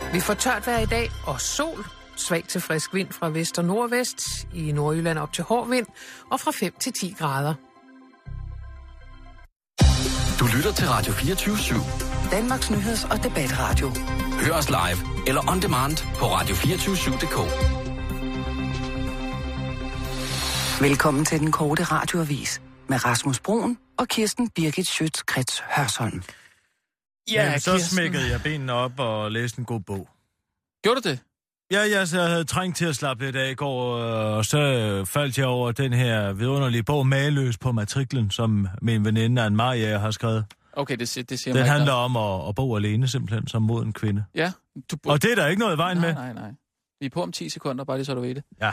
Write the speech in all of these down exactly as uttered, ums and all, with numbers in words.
Vi får tørt vejr i dag og sol. Svag til frisk vind fra vest og nordvest. I Nordjylland op til hård vind og fra fem til ti grader. Du lytter til Radio fireogtyve syv. Danmarks nyheds- og debatradio. Hør os live eller on demand på radio to fire syv punktum d k. Velkommen til den korte radioavis med Rasmus Broen og Kirsten Birgit Schøtz-Krets Hørsholm. Ja, Jamen, så Kirsten. smækkede jeg benene op og læste en god bog. Gjorde du det? Ja, jeg så havde trængt til at slappe lidt af i går, og så faldt jeg over den her vidunderlige bog, Mageløs på matriklen, som min veninde Anne Maria har skrevet. Okay, det, det siger Den mig handler om at, at bo alene, simpelthen, som mod en kvinde. Ja. Du bo... Og det er der ikke noget i vejen nej, med. Nej, nej, nej. Vi er på om ti sekunder, bare lige så du ved det. Ja.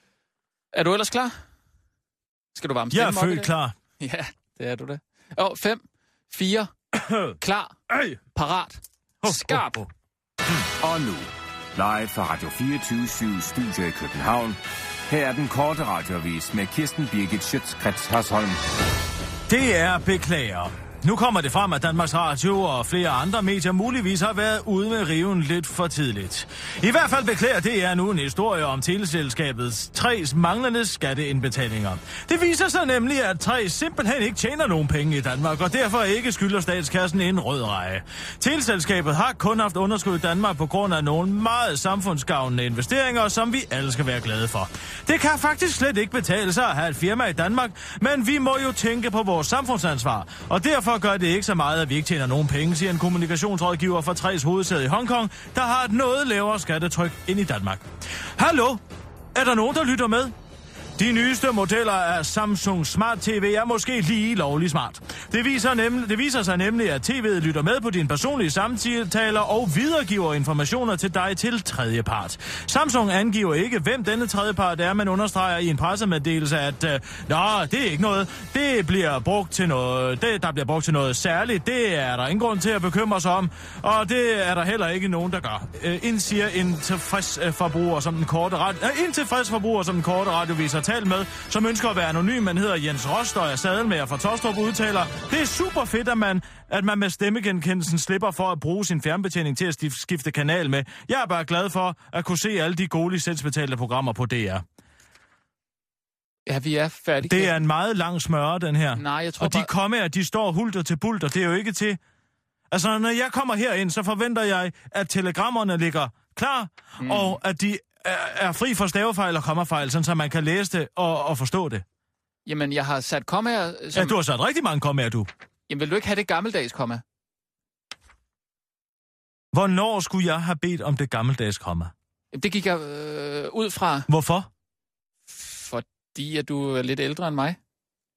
Er du ellers klar? Skal du varme stemmen op? Jeg er født klar. Ja, det er du da. Åh, oh, fem, fire, klar, parat, skarp. Og nu, live fra Radio fireogtyve syv Studio i København. Her er den korte radioavis med Kirsten Birgit Schøtz-Krets Hørsholm. Det er beklager. Nu kommer det frem, at Danmarks Radio og flere andre medier muligvis har været ude med riven lidt for tidligt. I hvert fald beklager det er nu en historie om teleselskabets Tres manglende skatteindbetalinger. Det viser sig nemlig, at Tres simpelthen ikke tjener nogen penge i Danmark, og derfor ikke skylder statskassen en rød reje. Teleselskabet har kun haft underskud i Danmark på grund af nogle meget samfundsgavnende investeringer, som vi alle skal være glade for. Det kan faktisk slet ikke betale sig at have et firma i Danmark, men vi må jo tænke på vores samfundsansvar, og derfor gør det ikke så meget, at vi ikke tjener nogen penge, siger en kommunikationsrådgiver fra Tres hovedsæde i Hongkong, der har et noget lavere skattetryk end i Danmark. Hallo? Er der nogen, der lytter med? De nyeste modeller af Samsung Smart T V er måske lige lovlig smart. Det viser, nemlig, det viser sig nemlig, at T V'et lytter med på dine personlige samtaler og videregiver informationer til dig til tredjepart. Samsung angiver ikke, hvem denne tredjepart er, men understreger i en pressemeddelelse, at øh, Nå, det er ikke noget. Det bliver brugt til noget, det, der bliver brugt til noget særligt. Det er der ingen grund til at bekymre sig om, og det er der heller ikke nogen, der gør. Øh, ind siger en tilfreds øh, forbruger, som den korte radio, øh, en tilfreds forbruger, som den korte radioviser talt med, som ønsker at være anonym, men hedder Jens Rost og er sadelmager fra Tostrup, udtaler: Det er super fedt, at man, at man med stemmegenkendelsen slipper for at bruge sin fjernbetjening til at skifte kanal med. Jeg er bare glad for at kunne se alle de gode licensbetalte programmer på D R. Ja, vi er færdige. Det er en meget lang smøre, den her. Nej, jeg tror Og de bare... kommer, de står hulter til bulter. Det er jo ikke til... Altså, når jeg kommer herind, så forventer jeg, at telegrammerne ligger klar, mm. og at de er fri for stavefejl og kommafejl, sådan så man kan læse det og, og forstå det. Jamen, jeg har sat kommaer... Som... Ja, du har sat rigtig mange kommaer, du. Jamen, vil du ikke have det gammeldags komma? Hvornår skulle jeg have bedt om det gammeldags komma? Det gik jeg øh, ud fra... Hvorfor? Fordi at du er lidt ældre end mig.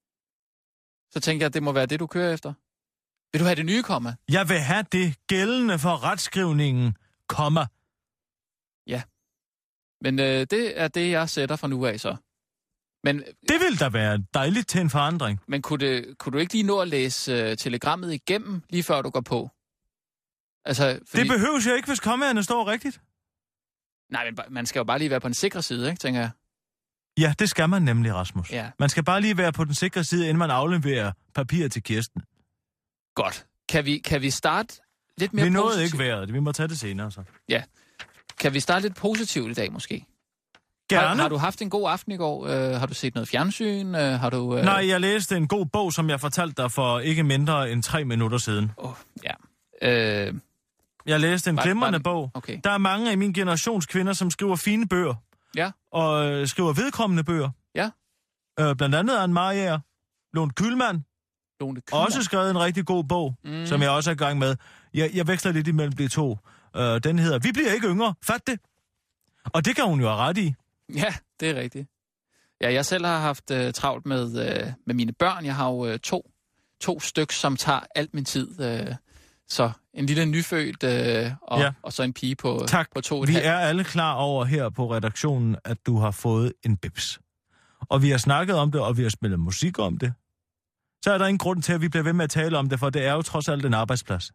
Så tænker jeg, at det må være det, du kører efter. Vil du have det nye komma? Jeg vil have det gældende for retskrivningen komma. Ja. Men øh, det er det, jeg sætter fra nu af, så. Men, det vil da være dejligt til en forandring. Men kunne, det, kunne du ikke lige nå at læse øh, telegrammet igennem, lige før du går på? Altså, fordi... Det behøves jo ikke, hvis kommaerne står rigtigt. Nej, men man skal jo bare lige være på den sikre side, ikke, tænker jeg. Ja, det skal man nemlig, Rasmus. Ja. Man skal bare lige være på den sikre side, inden man afleverer papir til Kirsten. Godt. Kan vi, kan vi starte lidt mere positivt? Vi nåede positivt? ikke været. Vi må tage det senere, så. Ja. Kan vi starte lidt positivt i dag, måske? Gerne. Har, har du haft en god aften i går? Uh, har du set noget fjernsyn? Uh, har du, uh... Nej, jeg læste en god bog, som jeg fortalte dig for ikke mindre end tre minutter siden. Åh, oh, ja. Uh... Jeg læste en var, glimrende var... bog. Okay. Der er mange af min generations kvinder, som skriver fine bøger. Ja. Og øh, skriver vedkommende bøger. Ja. Øh, blandt andet Anne Maria, Lone Kühlmann. Lone Kühlmann. Også skrevet en rigtig god bog, mm. som jeg også er i gang med. Jeg, jeg veksler lidt imellem de to. Øh, den hedder Vi bliver ikke yngre. Fat det. Og det kan hun jo have ret i. Ja, det er rigtigt. Ja, jeg selv har haft uh, travlt med, uh, med mine børn. Jeg har jo uh, to, to stykker, som tager alt min tid. Uh, så en lille nyfødt uh, og, ja. og så en pige på, tak. på to og et Vi halvt. er alle klar over her på redaktionen, at du har fået en bips. Og vi har snakket om det, og vi har spillet musik om det. Så er der ingen grund til, at vi bliver ved med at tale om det, for det er jo trods alt en arbejdsplads.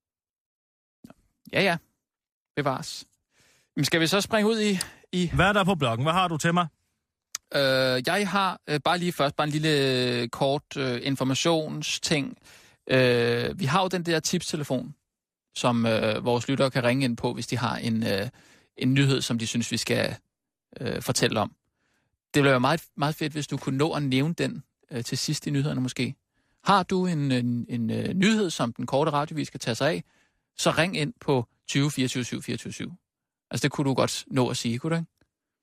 Ja, ja. Bevares. Men skal vi så springe ud i... i... Hvad er der på bloggen? Hvad har du til mig? Øh, jeg har øh, bare lige først bare en lille øh, kort øh, informationsting. Øh, vi har jo den der tipstelefon, som øh, vores lyttere kan ringe ind på, hvis de har en, øh, en nyhed, som de synes, vi skal øh, fortælle om. Det ville være meget, meget fedt, hvis du kunne nå at nævne den øh, til sidst i nyhederne måske. Har du en, en, en øh, nyhed, som den korte radiovis skal tage sig af, så ring ind på tyve fireogtyve syv fireogtyve syv. Altså det kunne du godt nå at sige, kunne du ikke?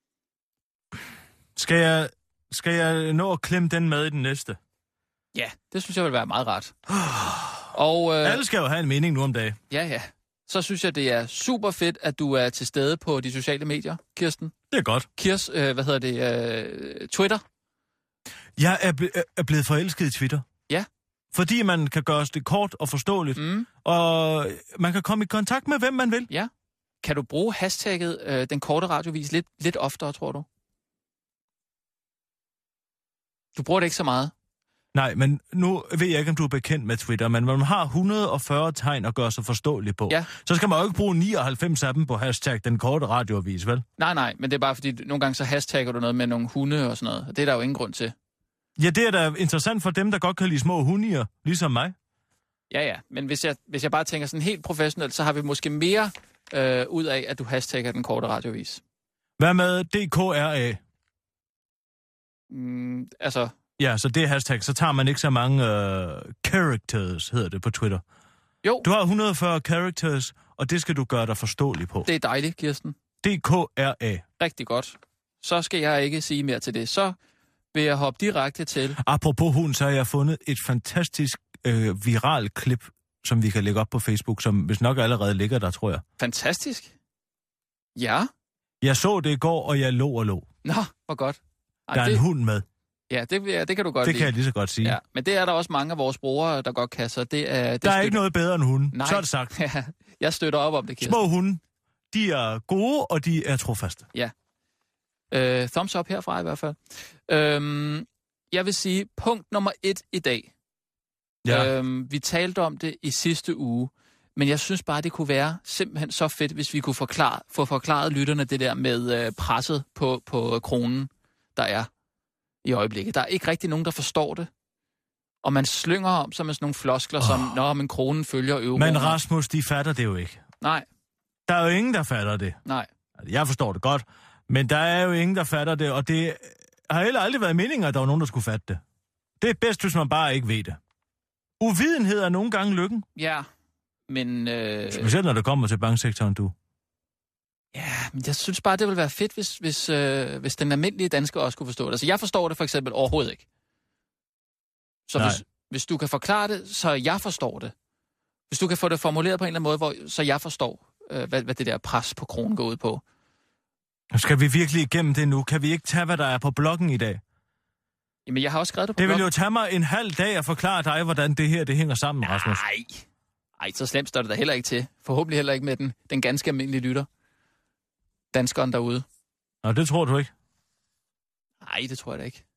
Skal jeg, skal jeg nå at klemme den med i den næste? Ja, det synes jeg vil være meget rart. Og, øh, Alle skal jo have en mening nu om dagen. Ja, ja. Så synes jeg, det er super fedt, at du er til stede på de sociale medier, Kirsten. Det er godt. Kirs, øh, hvad hedder det, øh, Twitter. Jeg er, ble- er blevet forelsket i Twitter. Ja. Fordi man kan gøre det kort og forståeligt, mm. og man kan komme i kontakt med, hvem man vil. Ja. Kan du bruge hashtagget øh, den korte radiovis lidt, lidt oftere, tror du? Du bruger det ikke så meget. Nej, men nu ved jeg ikke, om du er bekendt med Twitter, men man har et hundrede og fyrre tegn at gøre sig forståelig på. Ja. Så skal man jo ikke bruge nioghalvfems af dem på hashtag den korte radioavis, vel? Nej, nej, men det er bare fordi, nogle gange så hashtagger du noget med nogle hunde og sådan noget, og det er der jo ingen grund til. Ja, det er da interessant for dem, der godt kan lide små hundier, ligesom mig. Ja, ja, men hvis jeg, hvis jeg bare tænker sådan helt professionelt, så har vi måske mere øh, ud af, at du hashtagger den korte radioavis. Hvad med D K R A? Mm, altså... Ja, så det er hashtag, så tager man ikke så mange uh, characters, hedder det på Twitter. Jo. Du har et hundrede og fyrre characters, og det skal du gøre dig forståelig på. Det er dejligt, Kirsten. D K R A. Rigtig godt. Så skal jeg ikke sige mere til det. Så vil jeg hoppe direkte til... Apropos hund, så har jeg fundet et fantastisk øh, viral klip, som vi kan lægge op på Facebook, som hvis nok allerede ligger der, tror jeg. Fantastisk. Ja. Jeg så det i går, og jeg lå og lå. Nå, hvor godt. Ej, der er det... en hund med. Ja, det, ja, det kan du godt Det lide. kan jeg lige så godt sige. Ja, men det er der også mange af vores brugere, der godt kan, så det er... Det der er støtter... ikke noget bedre end hunde. Nej. Så er det sagt. Ja, jeg støtter op om det, Kirsten. Små hunde, de er gode, og de er trofaste. Ja. Øh, thumbs up herfra i hvert fald. Øhm, jeg vil sige, punkt nummer et i dag. Ja. Øhm, vi talte om det i sidste uge, men jeg synes bare, det kunne være simpelthen så fedt, hvis vi kunne forklare, få forklaret lytterne det der med øh, presset på, på kronen, der er i øjeblikket. Der er ikke rigtig nogen, der forstår det. Og man slynger om sig med sådan nogle floskler, oh. som, nå, men kronen følger euroen. Men Rasmus, de fatter det jo ikke. Nej. Der er jo ingen, der fatter det. Nej. Jeg forstår det godt, men der er jo ingen, der fatter det, og det har heller aldrig været meningen, at der var nogen, der skulle fatte det. Det er bedst, hvis man bare ikke ved det. Uvidenhed er nogle gange lykken. Ja, men... Øh... Specielt når det kommer til banksektoren, du. Ja, men jeg synes bare, det ville være fedt, hvis, hvis, øh, hvis den almindelige dansker også kunne forstå det. Altså, jeg forstår det for eksempel overhovedet ikke. Så hvis, hvis du kan forklare det, så jeg forstår det. Hvis du kan få det formuleret på en eller anden måde, hvor, så jeg forstår, øh, hvad, hvad det der pres på kronen går ud på. Skal vi virkelig igennem det nu? Kan vi ikke tage, hvad der er på bloggen i dag? Jamen, jeg har også skrevet det på Det bloggen. vil jo tage mig en halv dag at forklare dig, hvordan det her det hænger sammen, Rasmus. Nej, Ej, så slemt står det da heller ikke til. Forhåbentlig heller ikke med den, den ganske almindelige lytter. Danskeren derude. Nå, det tror du ikke? Nej, det tror jeg da ikke.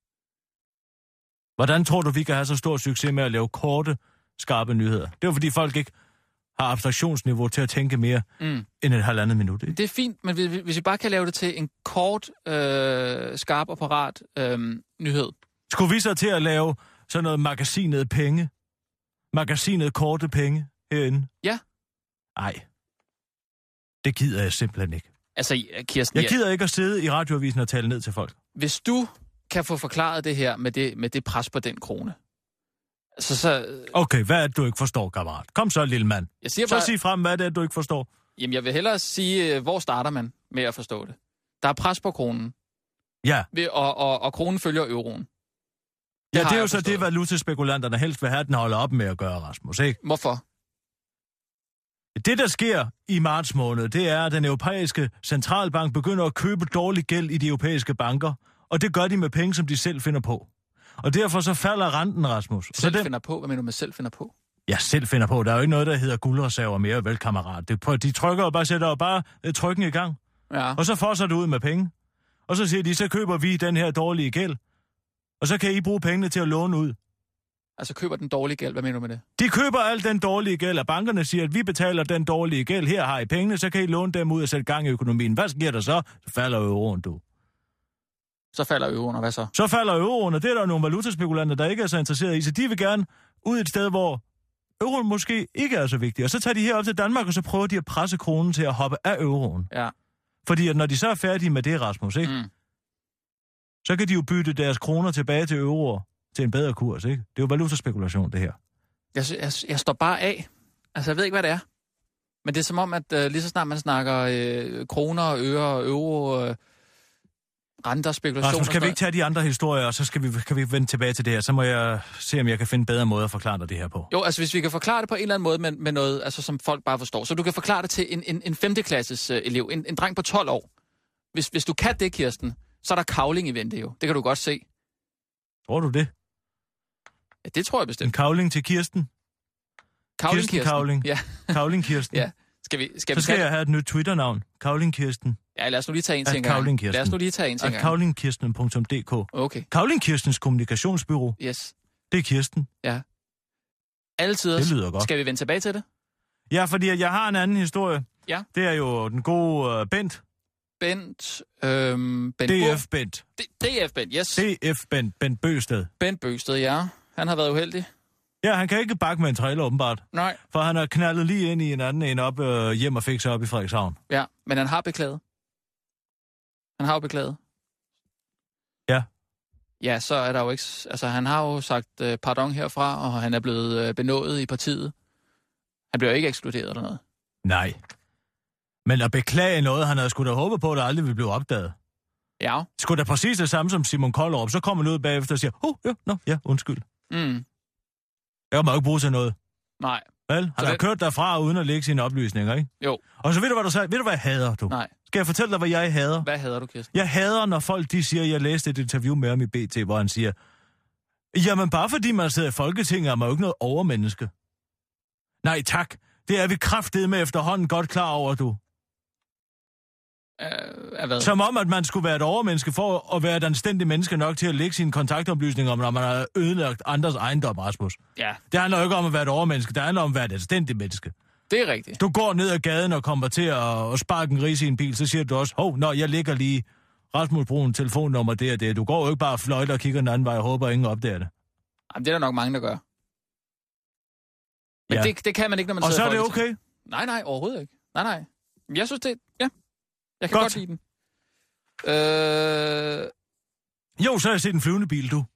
Hvordan tror du, vi kan have så stor succes med at lave korte, skarpe nyheder? Det er jo, fordi folk ikke har abstraktionsniveau til at tænke mere mm. end et halvandet minut. Ikke? Det er fint, men hvis vi bare kan lave det til en kort, øh, skarp og parat øh, nyhed. Skulle vi så til at lave sådan noget magasinet penge? Magasinet korte penge herinde? Ja. Nej. Det gider jeg simpelthen ikke. Altså, Kirsten... Jeg gider ikke at sidde i radioavisen og tale ned til folk. Hvis du kan få forklaret det her med det, med det pres på den krone. Så, så... Okay, hvad er det, du ikke forstår, kammerat? Kom så, lille mand. Jeg siger så bare... sig frem, hvad det er, du ikke forstår. Jamen, jeg vil hellere sige, hvor starter man med at forstå det? Der er pres på kronen. Ja. Ved, og, og, og kronen følger euroen. Det ja, det er jo så det, valutaspekulanterne helst vil have, den holder op med at gøre, Rasmus, ikke? Hvorfor? Det, der sker i marts måned, det er, at den europæiske centralbank begynder at købe dårlig gæld i de europæiske banker, og det gør de med penge, som de selv finder på. Og derfor så falder renten, Rasmus. Selv så den... finder på? Hvad mener du med selv finder på? Ja, selv finder på. Der er jo ikke noget, der hedder guldreserver mere, vel, kammerat. Det, de trykker og bare sætter jo bare trykken i gang. Ja. Og så får det ud med penge. Og så siger de, så køber vi den her dårlige gæld. Og så kan I bruge pengene til at låne ud. Altså køber den dårlige gæld, hvad mener du med det? De køber al den dårlige gæld, og bankerne siger, at vi betaler den dårlige gæld. Her har I pengene, så kan I låne dem ud og sætte gang i økonomien. Hvad sker der så? Så falder euroen, du. Så falder euroen, og hvad så? Så falder euroen, og det er der nogle valutaspekulanter, der ikke er så interesserede i. Så de vil gerne ud et sted, hvor euroen måske ikke er så vigtig. Og så tager de her op til Danmark, og så prøver de at presse kronen til at hoppe af euroen. Ja. Fordi at når de så er færdige med det, Rasmus, ikke? Mm. så kan de jo bytte deres kroner tilbage til euroer til en bedre kurs, ikke? Det er jo valutaspekulation, det her. Jeg, jeg, jeg står bare af. Altså, jeg ved ikke, hvad det er. Men det er som om, at uh, lige så snart man snakker øh, kroner, øre, euro, øh, renter, spekulationer... Rasmus, kan vi ikke tage de andre historier, og så skal vi, kan vi vende tilbage til det her? Så må jeg se, om jeg kan finde bedre måder at forklare dig det her på. Jo, altså hvis vi kan forklare det på en eller anden måde med, med noget, altså, som folk bare forstår. Så du kan forklare det til en, en, en femte-klasses uh, elev, en, en dreng på tolv år. Hvis, hvis du kan det, Kirsten, så er der kavling i vente jo. Det kan du godt se. Tror du det? Ja, det tror jeg bestemt. En kavling til Kirsten? Kavling Kirsten Kavling. Ja. Kavling Kirsten. Ja. Skal vi, skal så vi skal tage... jeg have et nyt Twitter-navn. Kavling Kirsten. Ja, lad os nu lige tage en ting gang. Kavling Kirsten. Lad os nu lige tage en ting gang. kavling kirsten punktum d k. Okay. Kavling Kirstens kommunikationsbyrå. Yes. Det er Kirsten. Ja. Altid. Det lyder godt. Skal vi vende tilbage til det? Ja, fordi jeg har en anden historie. Ja. Det er jo den gode uh, Bent. Bent... Øhm, Bent D F Bent. D F Bent, yes. D F Bent. Bent Bøgsted. Bent Bøgsted, ja. Han har været uheldig. Ja, han kan ikke bakke med en trailer, åbenbart. Nej. For han har knaldet lige ind i en anden en op øh, hjem og fik sig op i Frederikshavn. Ja, men han har beklaget. Han har jo beklaget. Ja. Ja, så er der jo ikke... Altså, han har jo sagt øh, pardon herfra, og han er blevet øh, benådet i partiet. Han bliver jo ikke ekskluderet eller noget. Nej. Men at beklage noget, han havde sgu da håbet på, at det aldrig ville blive opdaget. Ja. Sgu da præcis det samme som Simon Koldrup. Så kommer han ud bagefter og siger, oh, ja, no, ja, undskyld. Mm. Jeg kan jo ikke bruge til noget. Nej. Vel? Han har det... kørt derfra uden at lægge sine oplysninger, ikke? Jo. Og så ved du, hvad du sagde? Ved du, hvad jeg hader, du? Nej. Skal jeg fortælle dig, hvad jeg hader? Hvad hader du, Kirsten? Jeg hader, når folk de siger, jeg læste et interview med ham i B T, hvor han siger, jamen bare fordi man sidder i Folketinget, er man jo ikke noget overmenneske. Nej, tak. Det er vi kraftedeme med efterhånden godt klar over, du. Uh, Som om, at man skulle være et overmenneske for at være et anstændigt menneske nok til at lægge sine kontaktoplysninger om, når man har ødelagt andres ejendom, Rasmus. Ja. Det handler jo ikke om at være et overmenneske, det handler om at være et anstændigt menneske. Det er rigtigt. Du går ned ad gaden og kommer til at, at sparke en gris i en bil, så siger du også, hov, nå, jeg ligger lige Rasmus Brun telefonnummer det og det. Du går jo ikke bare og fløjter og kigger den anden vej og håber, at ingen opdager det. Jamen, det er der nok mange, der gør. Men ja. det, det kan man ikke, når man og sidder Og så er det okay? Nej, nej, overhovedet ikke. Nej, nej. Jeg synes det, ja. Jeg kan godt, godt lide den. Øh... Jo, så har jeg set en flyvende bil, du.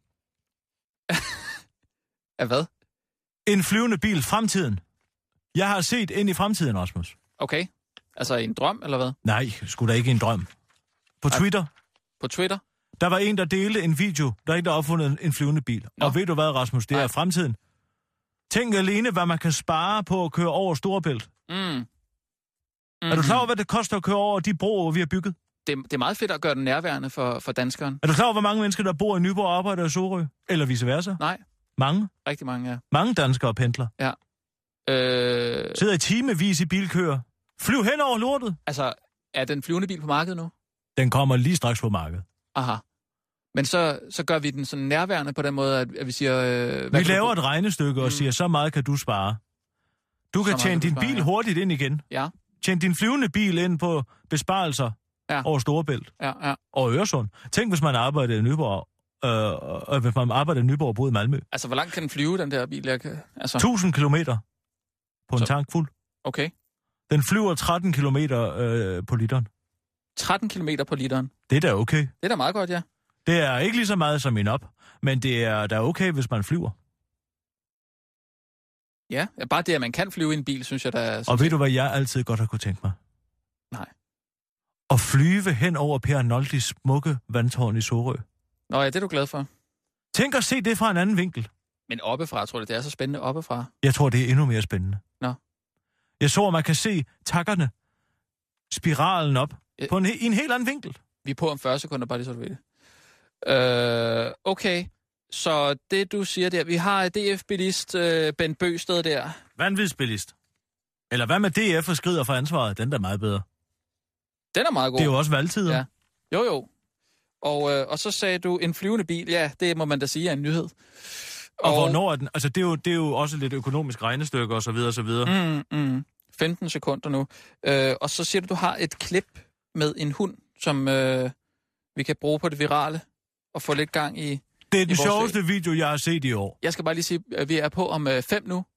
Af hvad? En flyvende bil, fremtiden. Jeg har set ind i fremtiden, Rasmus. Okay. Altså en drøm, eller hvad? Nej, sgu da ikke en drøm. På Twitter. På Twitter? Der var en, der delte en video, der er en, der har opfundet en flyvende bil. Nå. Og ved du hvad, Rasmus, det Nej. er fremtiden. Tænk alene, hvad man kan spare på at køre over Storebælt. Mm. Mm-hmm. Er du klar over, hvad det koster at køre over de broer, vi har bygget? Det, det er meget fedt at gøre den nærværende for, for danskeren. Er du klar over, hvor mange mennesker, der bor i Nyborg og arbejder i Sorø? Eller vice versa? Nej. Mange? Rigtig mange, ja. Mange danskere pendler. Ja. Øh... Sidder i timevis i bilkøer. Flyv hen over lortet. Altså, er den flyvende bil på markedet nu? Den kommer lige straks på markedet. Aha. Men så, så gør vi den sådan nærværende på den måde, at, at vi siger... Øh, vi laver et regnestykke og mm. siger, så meget kan du spare. Du kan tjene din spare, bil ja. hurtigt ind igen. Ja. Tjene din flyvende bil ind på besparelser ja. over Storebælt. Ja, ja. Og Øresund. Tænk, hvis man arbejder i Nyborg, øh, øh, hvis man arbejder i Nyborg og boede i Malmø. Altså, hvor langt kan den flyve, den der bil? Jeg kan... altså... tusind kilometer på en så... tank fuld. Okay. Den flyver tretten kilometer øh, på literen. tretten kilometer på literen? Det er da okay. Det er da meget godt, ja. Det er ikke lige så meget som en op, men det er da okay, hvis man flyver. Ja, bare det, at man kan flyve i en bil, synes jeg, der er... Og ved du, hvad jeg altid godt har kunne tænke mig? Nej. At flyve hen over Per Arnoldis smukke vandtårn i Sorø. Nå ja, det er du glad for. Tænk at se det fra en anden vinkel. Men oppefra, tror du, det er så spændende oppefra? Jeg tror, det er endnu mere spændende. Nå. Jeg så, at man kan se takkerne, spiralen op, ja. på en, i en helt anden vinkel. Vi er på om fyrre sekunder, bare lige så du ved det. Øh, okay, så det du siger der, vi har D F-bilist øh, Bent Bøgsted der. Vanvidsbilist. Eller hvad med D F og skrider for ansvaret? Den der er meget bedre. Den er meget god. Det er jo også valgtider. Ja. Jo, jo. Og, øh, og så sagde du en flyvende bil. Ja, det må man da sige er en nyhed. Og, og hvornår er den? Altså, det er, jo, det er jo også lidt økonomisk regnestykke og så videre og så videre. Mm, mm. femten sekunder nu. Øh, og så siger du, du har et klip med en hund, som øh, vi kan bruge på det virale og få lidt gang i. Det er den sjoveste video, jeg har set i år. Jeg skal bare lige sige, at vi er på om øh, fem nu.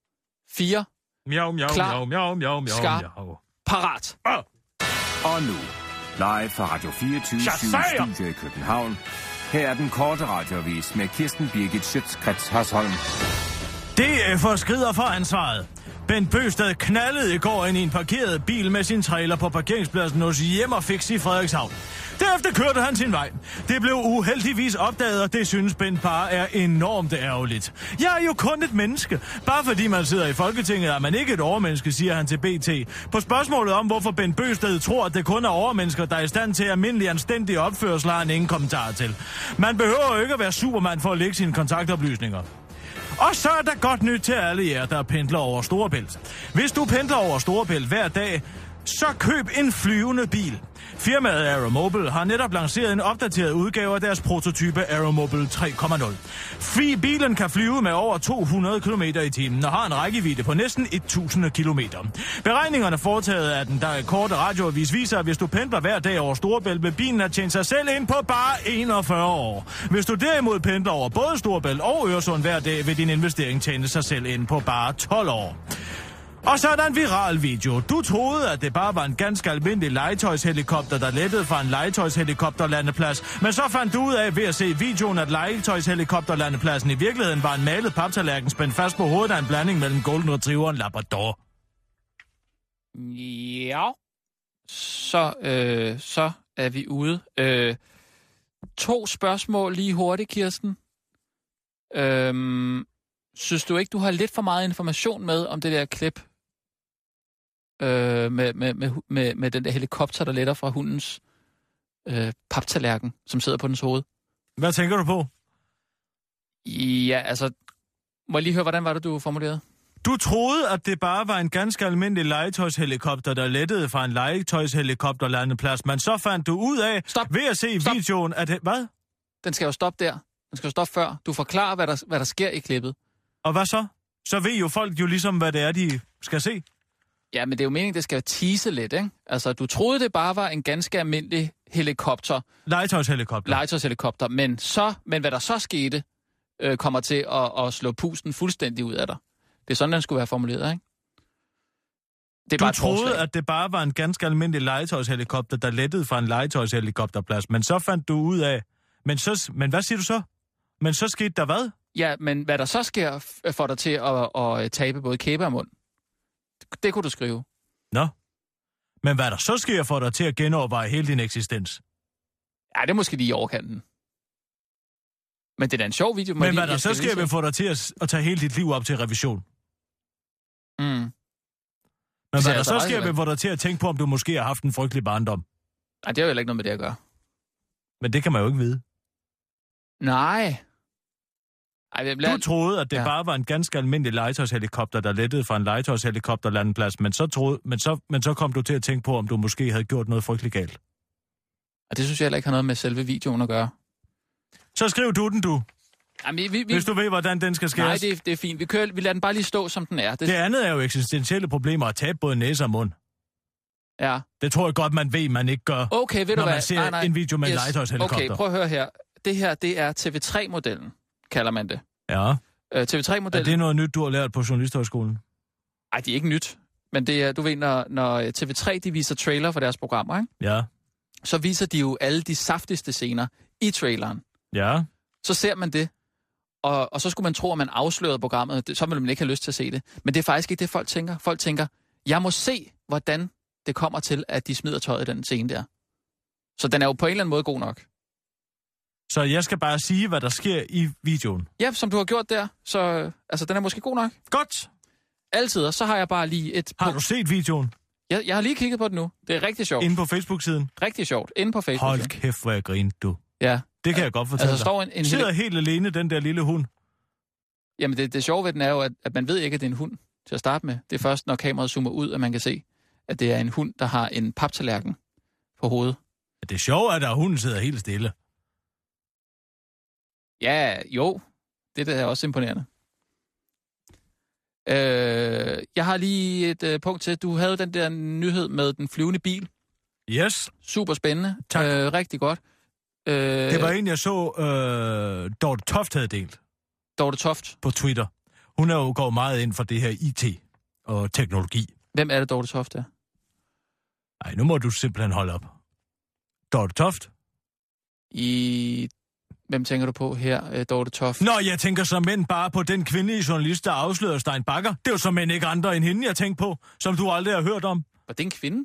fire. Miau, miau, Klar. miau, miau, miau, miau, Skarp. miau. Parat. Ah. Og nu, live fra Radio fireogtyve syv Studio i København. Her er den korte radioavis med Kirsten Birgit Schøtz-Krets Hørsholm. D F'er skrider for ansvaret. Bent Bøgsted knaldede i går ind i en parkeret bil med sin trailer på parkeringspladsen hos Hjemmerfix i Frederikshavn. Derefter kørte han sin vej. Det blev uheldigvis opdaget, og det synes Bent bare er enormt ærgerligt. Jeg er jo kun et menneske. Bare fordi man sidder i Folketinget, er man ikke et overmenneske, siger han til B T. På spørgsmålet om, hvorfor Bent Bøgsted tror, at det kun er overmennesker, der er i stand til almindelig anstændig opførsel, har han ingen kommentar til. Man behøver jo ikke at være Superman for at lægge sine kontaktoplysninger. Og så er der godt nyt til alle jer, der pendler over Storebælt. Hvis du pendler over Storebælt hver dag, så køb en flyvende bil. Firmaet Aeromobil har netop lanceret en opdateret udgave af deres prototype Aeromobil tre komma nul. Fri bilen kan flyve med over to hundrede kilometer i timen og har en rækkevidde på næsten tusind kilometer. Beregningerne foretaget af den der korte radioavis viser, at hvis du pendler hver dag over Storebælt, vil bilen have tjent sig selv ind på bare enogfyrre år. Hvis du derimod pendler over både Storebælt og Øresund hver dag, vil din investering tjene sig selv ind på bare tolv år. Og så er der en viral video. Du troede, at det bare var en ganske almindelig legetøjshelikopter, der lettede fra en legetøjshelikopterlandeplads. Men så fandt du ud af ved at se videoen, at legetøjshelikopterlandepladsen i virkeligheden var en malet paptallerken spændt fast på hovedet af en blanding mellem Golden Retriever og en Labrador. Ja. Så, øh, så er vi ude. Øh, to spørgsmål lige hurtigt, Kirsten. Øhm... Synes du ikke, du har lidt for meget information med om det der klip øh, med, med, med, med, med den der helikopter, der letter fra hundens øh, paptallerken, som sidder på dens hoved? Hvad tænker du på? Ja, altså, må jeg lige høre, hvordan var det, du formulerede? Du troede, at det bare var en ganske almindelig legetøjshelikopter, der lettede fra en legetøjshelikopterlandeplads, men så fandt du ud af, Stop. ved at se Stop. videoen, at... Hvad? Den skal jo stoppe der. Den skal jo stoppe før. Du forklarer, hvad der, hvad der sker i klippet. Og hvad så? Så ved jo folk jo ligesom, hvad det er, de skal se. Ja, men det er jo meningen, det skal tease lidt, ikke? Altså, du troede, det bare var en ganske almindelig helikopter. Legetøjshelikopter. Legetøjshelikopter. Men, så, men hvad der så skete, øh, kommer til at, at slå pusten fuldstændig ud af dig. Det er sådan, den skulle være formuleret, ikke? Det er du bare troede, forslag. at det bare var en ganske almindelig legetøjshelikopter, der lettede fra en legetøjshelikopterplads. Men så fandt du ud af... Men, så, men hvad siger du så? Men så skete der hvad? Ja, men hvad der så sker, får dig til at, at tabe både kæbe og mund. Det, det kunne du skrive. Nå. Men hvad der så sker, får dig til at genoverveje hele din eksistens? Ja, det er måske lige i overkanten. Men det er da en sjov video. Men hvad der så sker, vil få dig til at, at tage hele dit liv op til revision? Mm. Men hvad der altså så sker, vil få dig til at tænke på, om du måske har haft en frygtelig barndom? Nej, det er jo heller ikke noget med det at gøre. Men det kan man jo ikke vide. Nej. Ej, jeg bliver... Du troede, at det ja. bare var en ganske almindelig legetøjshelikopter, der lettede fra en legetøjshelikopterlandeplads, men så, troede, men, så, men så kom du til at tænke på, om du måske havde gjort noget frygteligt galt. Og det synes jeg heller ikke har noget med selve videoen at gøre. Så skriv du den, du. Jamen, vi, vi... Hvis du ved, hvordan den skal skæres. Nej, det er, det er fint. Vi, kører, vi lader den bare lige stå, som den er. Det, det andet er jo eksistentielle problemer at tabe både næse og mund. Ja. Det tror jeg godt, man ved, man ikke gør, okay, ved når du man hvad? ser nej, nej. en video med yes. en legetøjshelikopter. Okay, prøv at høre her. Det her, det er T V tre-modellen, kalder man det. Ja. Uh, T V tre-modellen... Er det noget nyt, du har lært på Journalisthøjskolen? Nej, det er ikke nyt. Men det er, du ved, når, når T V tre de viser trailer for deres programmer, ikke? Ja. Så viser de jo alle de saftigste scener i traileren. Ja. Så ser man det, og, og så skulle man tro, at man afslørede programmet. Så ville man ikke have lyst til at se det. Men det er faktisk ikke det, folk tænker. Folk tænker, jeg må se, hvordan det kommer til, at de smider tøjet i den scene der. Så den er jo på en eller anden måde god nok. Så jeg skal bare sige, hvad der sker i videoen? Ja, som du har gjort der. Så altså, den er måske god nok. Godt. Altid, og så har jeg bare lige et... Har du set videoen? Jeg, jeg har lige kigget på den nu. Det er rigtig sjovt. Inde på Facebook-siden? Rigtig sjovt. Inde på Facebook. Hold kæft, hvor jeg grinte, du. Ja. Det kan jeg godt fortælle altså, står en, en dig. Sidder helt alene, den der lille hund. Jamen, det, det sjove ved den er jo, at, at man ved ikke, at det er en hund til at starte med. Det er først, når kameraet zoomer ud, at man kan se, at det er en hund, der har en paptallerken på hovedet. Det sjove er, at hunden sidder helt stille. Ja, jo. Det der er også imponerende. Øh, jeg har lige et uh, punkt til. Du havde den der nyhed med den flyvende bil. Yes. Super spændende. Tak. Øh, rigtig godt. Øh, det var en, jeg så, øh, Dorte Toft havde delt. Dorte Toft. På Twitter. Hun er jo går meget ind for det her I T og teknologi. Hvem er det, Dorte Toft er? Nej, nu må du simpelthen holde op. Dorte Toft? I... Hvem tænker du på her, Dorte Toft? Nå, jeg tænker som mænd bare på den kvindelige journalist, der afslører Stein Bakker. Det er jo som mænd ikke andre end hende, jeg tænker på, som du aldrig har hørt om. Var det en kvinde?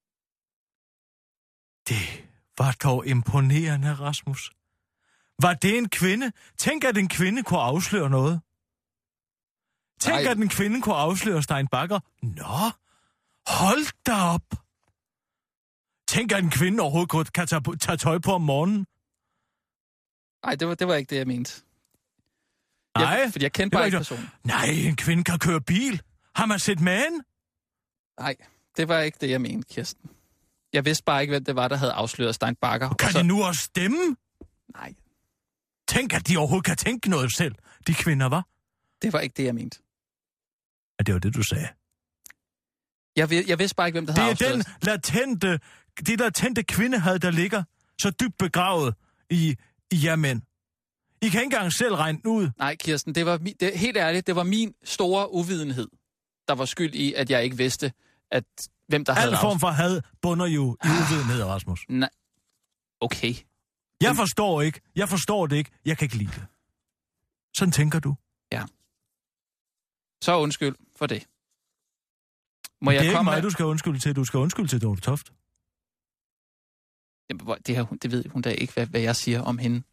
Det var dog imponerende, Rasmus. Var det en kvinde? Tænk, at en kvinde kunne afsløre noget. Tænk, Nej. at en kvinde kunne afsløre Stein Bakker. Nå, hold da op. Tænk, at en kvinde overhovedet kan tage, tage tøj på om morgenen. Nej, det var, det var ikke det, jeg mente. Nej. Jeg, fordi jeg kendte bare ikke personen. Nej, en kvinde kan køre bil. Har man set manden? Nej, det var ikke det, jeg mente, Kirsten. Jeg vidste bare ikke, hvem det var, der havde afsløret Stein Bakker. Kan så... de nu også stemme? Nej. Tænk, at de overhovedet kan tænke noget selv. De kvinder, var. Det var ikke det, jeg mente. Ja, det var det, du sagde. Jeg, ved, jeg vidste bare ikke, hvem der havde afsløret. Det er den latente, det latente kvindehad, der ligger så dybt begravet i, i jer mænd. I kan ikke engang selv regne ud. Nej, Kirsten, det var det, helt ærligt, det var min store uvidenhed, der var skyld i, at jeg ikke vidste, at hvem der Al havde form for had bunder jo i uvidenhed, Rasmus. Nej. Okay. Jeg forstår ikke. Jeg forstår det ikke. Jeg kan ikke lide det. Sådan tænker du. Ja. Så undskyld for det. Må det er jeg ikke komme mig, med... du skal undskylde til. Du skal undskylde til Dorte Toft. Jamen, det, her, det ved hun da ikke, hvad, hvad jeg siger om hende.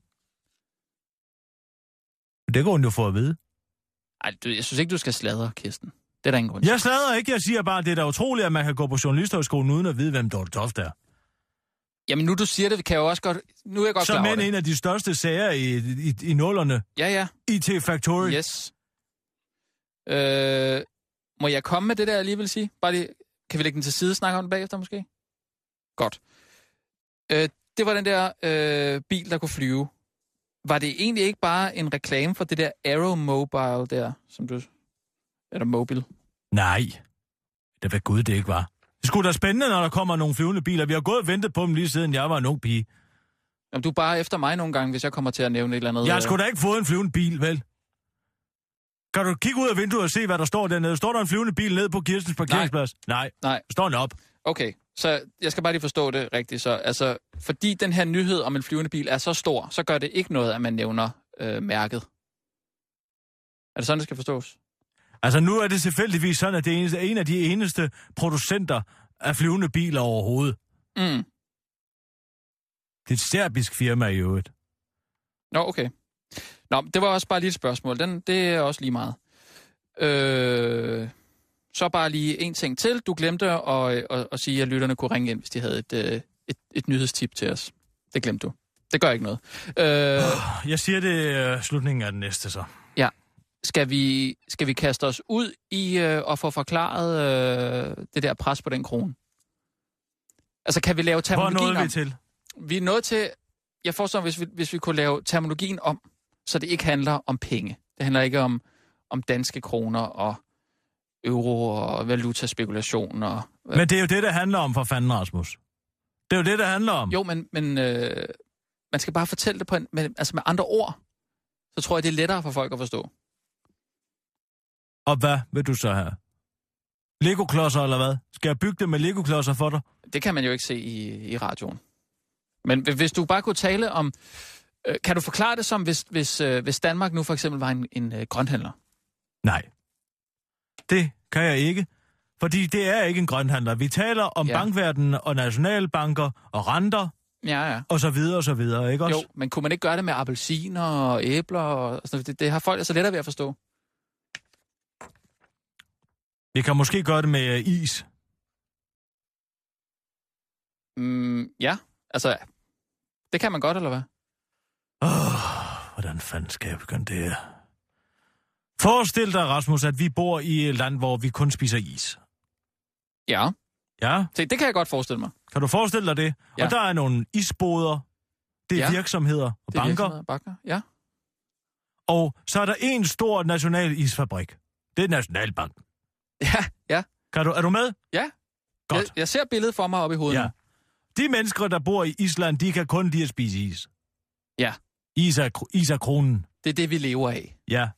Det går hun jo for at vide. Ej, du, jeg synes ikke, du skal sladre, Kirsten. Det er der ingen grund til. Jeg sladrer ikke. Jeg siger bare, at det er da utroligt, at man kan gå på journalisthøjskolen uden at vide, hvem Dorte Toft er. Jamen, nu du siger det, kan jeg jo også godt... Nu er jeg godt så klar over det. Så en af de største sager i, i, i nullerne. Ja, ja. I T Factory. Yes. Øh, må jeg komme med det der, jeg lige vil sige? Bare lige, kan vi lægge den til side og snakke om det bagefter, måske? Godt. Øh, det var den der øh, bil, der kunne flyve. Var det egentlig ikke bare en reklame for det der Aero Mobile der, som du... Eller Mobil? Nej. Det var gud, det ikke var. Det skulle da spændende, når der kommer nogle flyvende biler. Vi har gået og ventet på dem lige siden jeg var en ung pige. Jamen, du er bare efter mig nogle gange, hvis jeg kommer til at nævne et eller andet. Jeg har sgu da ikke fået en flyvende bil, vel? Kan du kigge ud af vinduet og se, hvad der står dernede? Står der en flyvende bil nede på Kirstens parkeringsplads? Nej. Nej. Nej. Står den op? Okay, så jeg skal bare lige forstå det rigtigt. Så, altså, fordi den her nyhed om en flyvende bil er så stor, så gør det ikke noget, at man nævner øh, mærket. Er det sådan, det skal forstås? Altså, nu er det selvfølgelig sådan, at det er en af de eneste producenter af flyvende biler overhovedet. Mm. Det er et serbisk firma i øvrigt. Nå, okay. Nå, det var også bare lige et spørgsmål. Den, det er også lige meget. Øh, så bare lige en ting til. Du glemte at, at, at sige, at lytterne kunne ringe ind, hvis de havde et, et, et, et nyhedstip til os. Det glemte du. Det gør ikke noget. Øh, Jeg siger det uh, slutningen af den næste, så. Ja. Skal vi, skal vi kaste os ud i øh, at få forklaret øh, det der pres på den krone? Altså, kan vi lave terminologien om? Hvor nåede vi til? Vi er nået til... Jeg forstår, hvis vi, hvis vi kunne lave terminologien om, så det ikke handler om penge. Det handler ikke om, om danske kroner og euro og valutaspekulation. Og, øh. Men det er jo det, der handler om for fanden, Rasmus. Det er jo det, der handler om. Jo, men, men øh, man skal bare fortælle det på en, med, altså med andre ord. Så tror jeg, det er lettere for folk at forstå. Og hvad vil du så have? Lego-klodser eller hvad? Skal jeg bygge det med Lego-klodser for dig? Det kan man jo ikke se i, i radioen. Men hvis du bare kunne tale om... Øh, kan du forklare det som, hvis, hvis, øh, hvis Danmark nu for eksempel var en, en øh, grønhandler? Nej. Det kan jeg ikke. Fordi det er ikke en grønhandler. Vi taler om ja. bankverdenen og nationalbanker og renter. Ja, ja. Og så videre og så videre, ikke også? Jo, men kunne man ikke gøre det med appelsiner og æbler? Og, altså, det, det har folk altså lettere ved at forstå. Vi kan måske gøre det med uh, is. Mm, ja, altså, det kan man godt, eller hvad? Åh, oh, hvordan fanden skal jeg begynde det her? Forestil dig, Rasmus, at vi bor i et land, hvor vi kun spiser is. Ja. Ja? Det, det kan jeg godt forestille mig. Kan du forestille dig det? Ja. Og der er nogle isboder, det er ja. virksomheder og det er banker. Virksomheder, banker. Ja. Og så er der en stor national isfabrik. Det er Nationalbank. Ja, ja. Kan du, er du med? Ja. Godt. Jeg, jeg ser billedet for mig op i hovedet. Ja. De mennesker, der bor i Island, de kan kun lide at spise is. Ja. Is er, is er kronen. Det er det, vi lever af. Ja.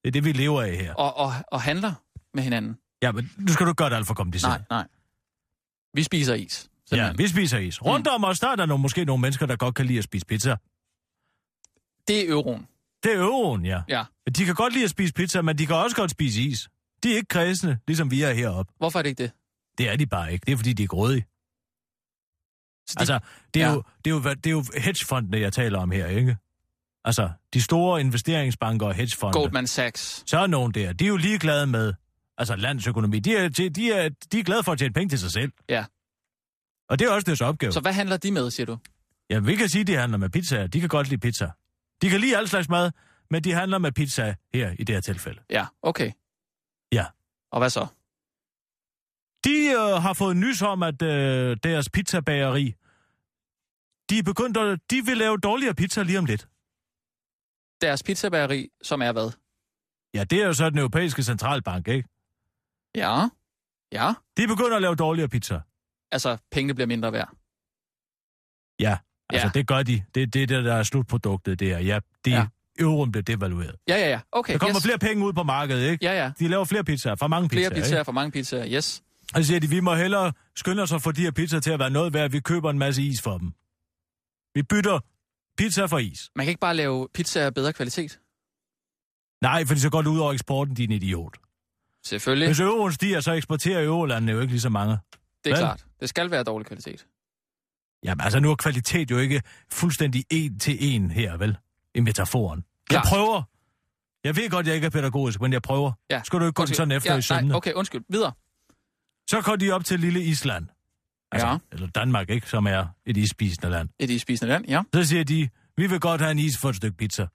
Det er det, vi lever af her. Og, og, og handler med hinanden. Ja, men nu skal du gøre det alt for kompliceret. Nej, nej. Vi spiser is. Ja, vi spiser is. Rundt om os, der er der nogle, måske nogle mennesker, der godt kan lide at spise pizza. Det er euroen. Det er euroen, ja. Ja. De kan godt lide at spise pizza, men de kan også godt spise is. De er ikke kredsende, ligesom vi er heroppe. Hvorfor er det ikke det? Det er de bare ikke. Det er, fordi de er grådige. De... Altså, det er, ja. jo, det, er jo, det er jo hedgefondene, jeg taler om her, ikke? Altså, de store investeringsbanker og hedgefonde. Goldman Sachs. Så er nogen der. De er jo ligeglade med altså landsøkonomi. De er, de, de, er, de er glade for at tjene penge til sig selv. Ja. Og det er også deres opgave. Så hvad handler de med, siger du? Ja, vi kan sige, at de handler med pizza. De kan godt lide pizza. De kan lide al slags mad, men de handler med pizza her i det her tilfælde. Ja, okay. Ja. Og hvad så? De øh, har fået nys om, at øh, deres pizzabageri, de er begyndt at, de vil lave dårligere pizza lige om lidt. Deres pizzabageri, som er hvad? Ja, det er jo så den europæiske centralbank, ikke? Ja. Ja. De begynder at lave dårligere pizza. Altså, pengene bliver mindre værd. Ja, altså ja. det gør de. Det er det, der er slutproduktet, det er. Ja, de, ja. Euroen bliver devalueret. Ja, ja, ja. Okay, der kommer yes. flere penge ud på markedet, ikke? Ja, ja. De laver flere pizzaer, for mange pizzaer, Flere pizzaer, ikke? for mange pizzaer, yes. Og så siger de, vi må hellere skynde os at få de her pizzaer til at være noget værd, vi køber en masse is for dem. Vi bytter pizza for is. Man kan ikke bare lave pizzaer af bedre kvalitet? Nej, for de så går ud over eksporten, din idiot. Selvfølgelig. Hvis euroen stiger, så eksporterer eurolandene jo ikke lige så mange. Det er Vel? klart. Det skal være dårlig kvalitet. Jamen altså, nu er kvalitet jo ikke fuldstændig en til en her, vel? I metaforen. Klart. Jeg prøver. Jeg ved godt, jeg ikke er pædagogisk, men jeg prøver. Ja. Skal du ikke gå sådan efter ja, i sømne? Nej, okay, undskyld. Videre. Så går de op til lille Island. Altså, ja. Eller Danmark, ikke? Som er et isspisende land. Et isspisende land, ja. Så siger de, vi vil godt have en is for et stykke pizza.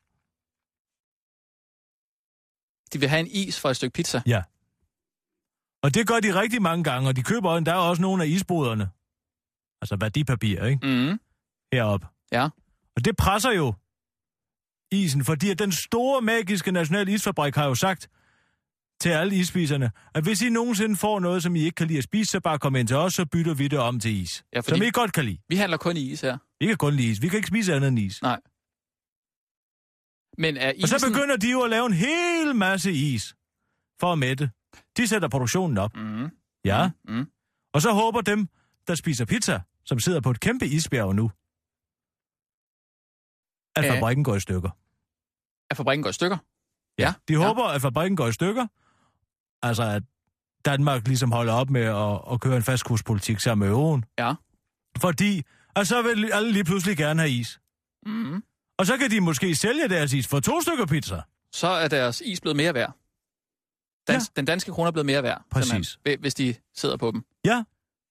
De vil have en is for et stykke pizza? Ja. Og det gør de rigtig mange gange, og de køber, der er også nogle af isboderne. Altså værdipapir, ikke? Mhm. Heroppe. Ja. Og det presser jo isen, fordi at den store magiske nationale isfabrik har jo sagt til alle isspiserne, at hvis I nogensinde får noget, som I ikke kan lide at spise, så bare kom ind til os, så bytter vi det om til is. Ja, som I godt kan lide. Vi handler kun i is her. Vi kan kun lide is. Vi kan ikke spise andet end is. Nej. Men er isen... Og så begynder de jo at lave en hel masse is for at mætte. De sætter produktionen op. Mm. Ja. Mm. Mm. Og så håber dem, der spiser pizza, som sidder på et kæmpe isbjerg nu, at Æh... fabrikken går i stykker. At fabrikken går i stykker? Ja. Ja. De håber, ja. at fabrikken går i stykker. Altså, at Danmark ligesom holder op med at, at køre en fastkurspolitik sammen med euroen. Ja. Fordi, og så vil alle lige pludselig gerne have is. Mm. Og så kan de måske sælge deres is for to stykker pizza. Så er deres is blevet mere værd. Dans, ja. Den danske krone er blevet mere værd. Præcis. Hvis de sidder på dem. Ja.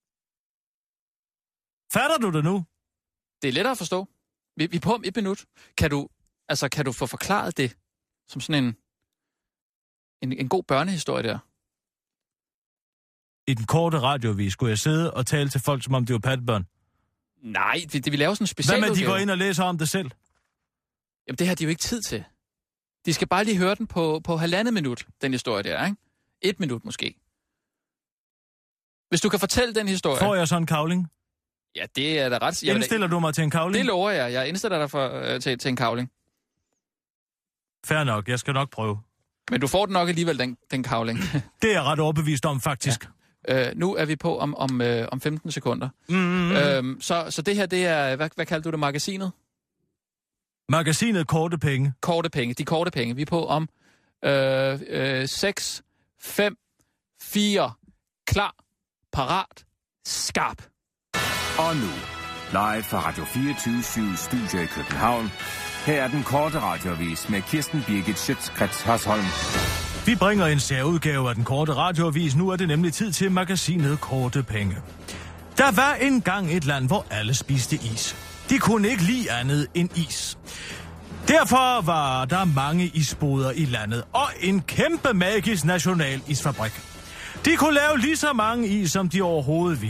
Fatter du det nu? Det er lettere at forstå. Vi, vi er på om et minut. Kan du, altså, kan du få forklaret det som sådan en, en, en god børnehistorie der? I den korte radiovis skulle jeg sidde og tale til folk, som om det var patbørn. Nej, det, det vi laver sådan en special. Hvad med, de går ind og læser om det selv? Jamen, det har de jo ikke tid til. De skal bare lige høre den på, på halvandet minut, den historie der, ikke? Et minut måske. Hvis du kan fortælle den historie... Får jeg så en kavling? Ja, det er da ret... Jeg Indstiller da... du mig til en kavling? Det lover jeg. Jeg indstiller dig for, øh, til, til en kavling. Fair nok, jeg skal nok prøve. Men du får den nok alligevel, den, den kavling. Det er jeg ret overbevist om, faktisk. Ja. Øh, nu er vi på om, om, øh, om femten sekunder. Mm-hmm. Øhm, så, så det her, det er... Hvad, hvad kalder du det? Magasinet? Magasinet Korte Penge. Korte penge. De korte penge. Vi er på om øh, øh, seks, fem, fire, klar, parat, skarp. Og nu, live fra Radio fireogtyve syv Studio i København. Her er den korte radioavis med Kirsten Birgit Schøtz-Krets Hørsholm. Vi bringer en særudgave af den korte radioavis. Nu er det nemlig tid til magasinet Korte Penge. Der var engang et land, hvor alle spiste is. De kunne ikke lide andet end is. Derfor var der mange isboder i landet, og en kæmpe magisk national isfabrik. De kunne lave lige så mange is, som de overhovedet ville.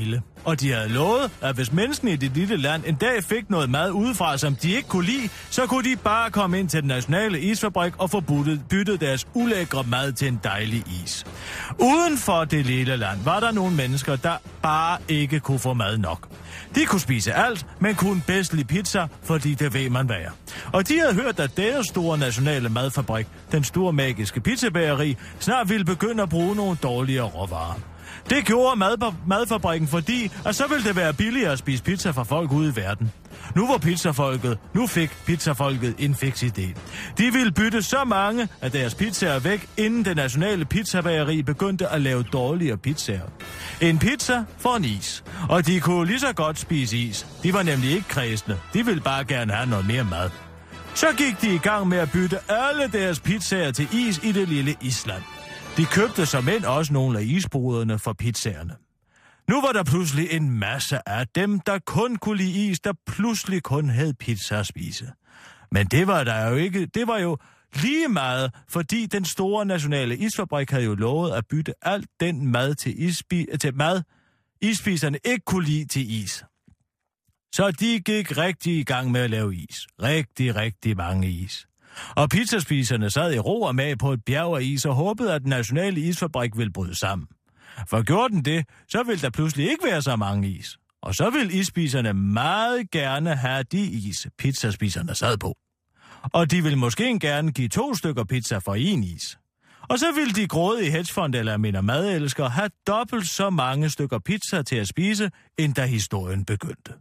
og de havde lovet, at hvis menneskene i det lille land en dag fik noget mad udefra, som de ikke kunne lide, så kunne de bare komme ind til den nationale isfabrik og få byttet, byttet deres ulækre mad til en dejlig is. Uden for det lille land var der nogle mennesker, der bare ikke kunne få mad nok. De kunne spise alt, men kunne bedst lide pizza, fordi det ved man hvad er. Og de havde hørt, at deres store nationale madfabrik, den store magiske pizzabageri, snart ville begynde at bruge nogle dårligere råvarer. Det gjorde mad- madfabrikken, fordi at så ville det være billigere at spise pizza fra folk ude i verden. Nu var pizzafolket, nu fik pizzafolket en fix idé. De ville bytte så mange af deres pizzaer væk, inden det nationale pizzabageri begyndte at lave dårligere pizzaer. En pizza for en is. Og de kunne lige så godt spise is. De var nemlig ikke kræsne. De ville bare gerne have noget mere mad. Så gik de i gang med at bytte alle deres pizzaer til is i det lille Island. De købte som end også nogle af isbruderne for pizzaerne. Nu var der pludselig en masse af dem, der kun kunne lide is, der pludselig kun havde pizza at spise. Men det var der jo ikke. Det var jo lige meget, fordi den store nationale isfabrik havde jo lovet at bytte alt den mad til, ispi- til mad, isspiserne ikke kunne lide til is. Så de gik rigtig i gang med at lave is. Rigtig, rigtig mange is. Og pizzaspiserne sad i ro og mag på et bjerg af is og håbede, at den nationale isfabrik ville bryde sammen. For gjorde den det, så ville der pludselig ikke være så mange is. Og så ville isspiserne meget gerne have de is, pizzaspiserne sad på. Og de ville måske gerne give to stykker pizza for en is. Og så ville de grådige hedgefond eller almindelige madelskere have dobbelt så mange stykker pizza til at spise, end da historien begyndte.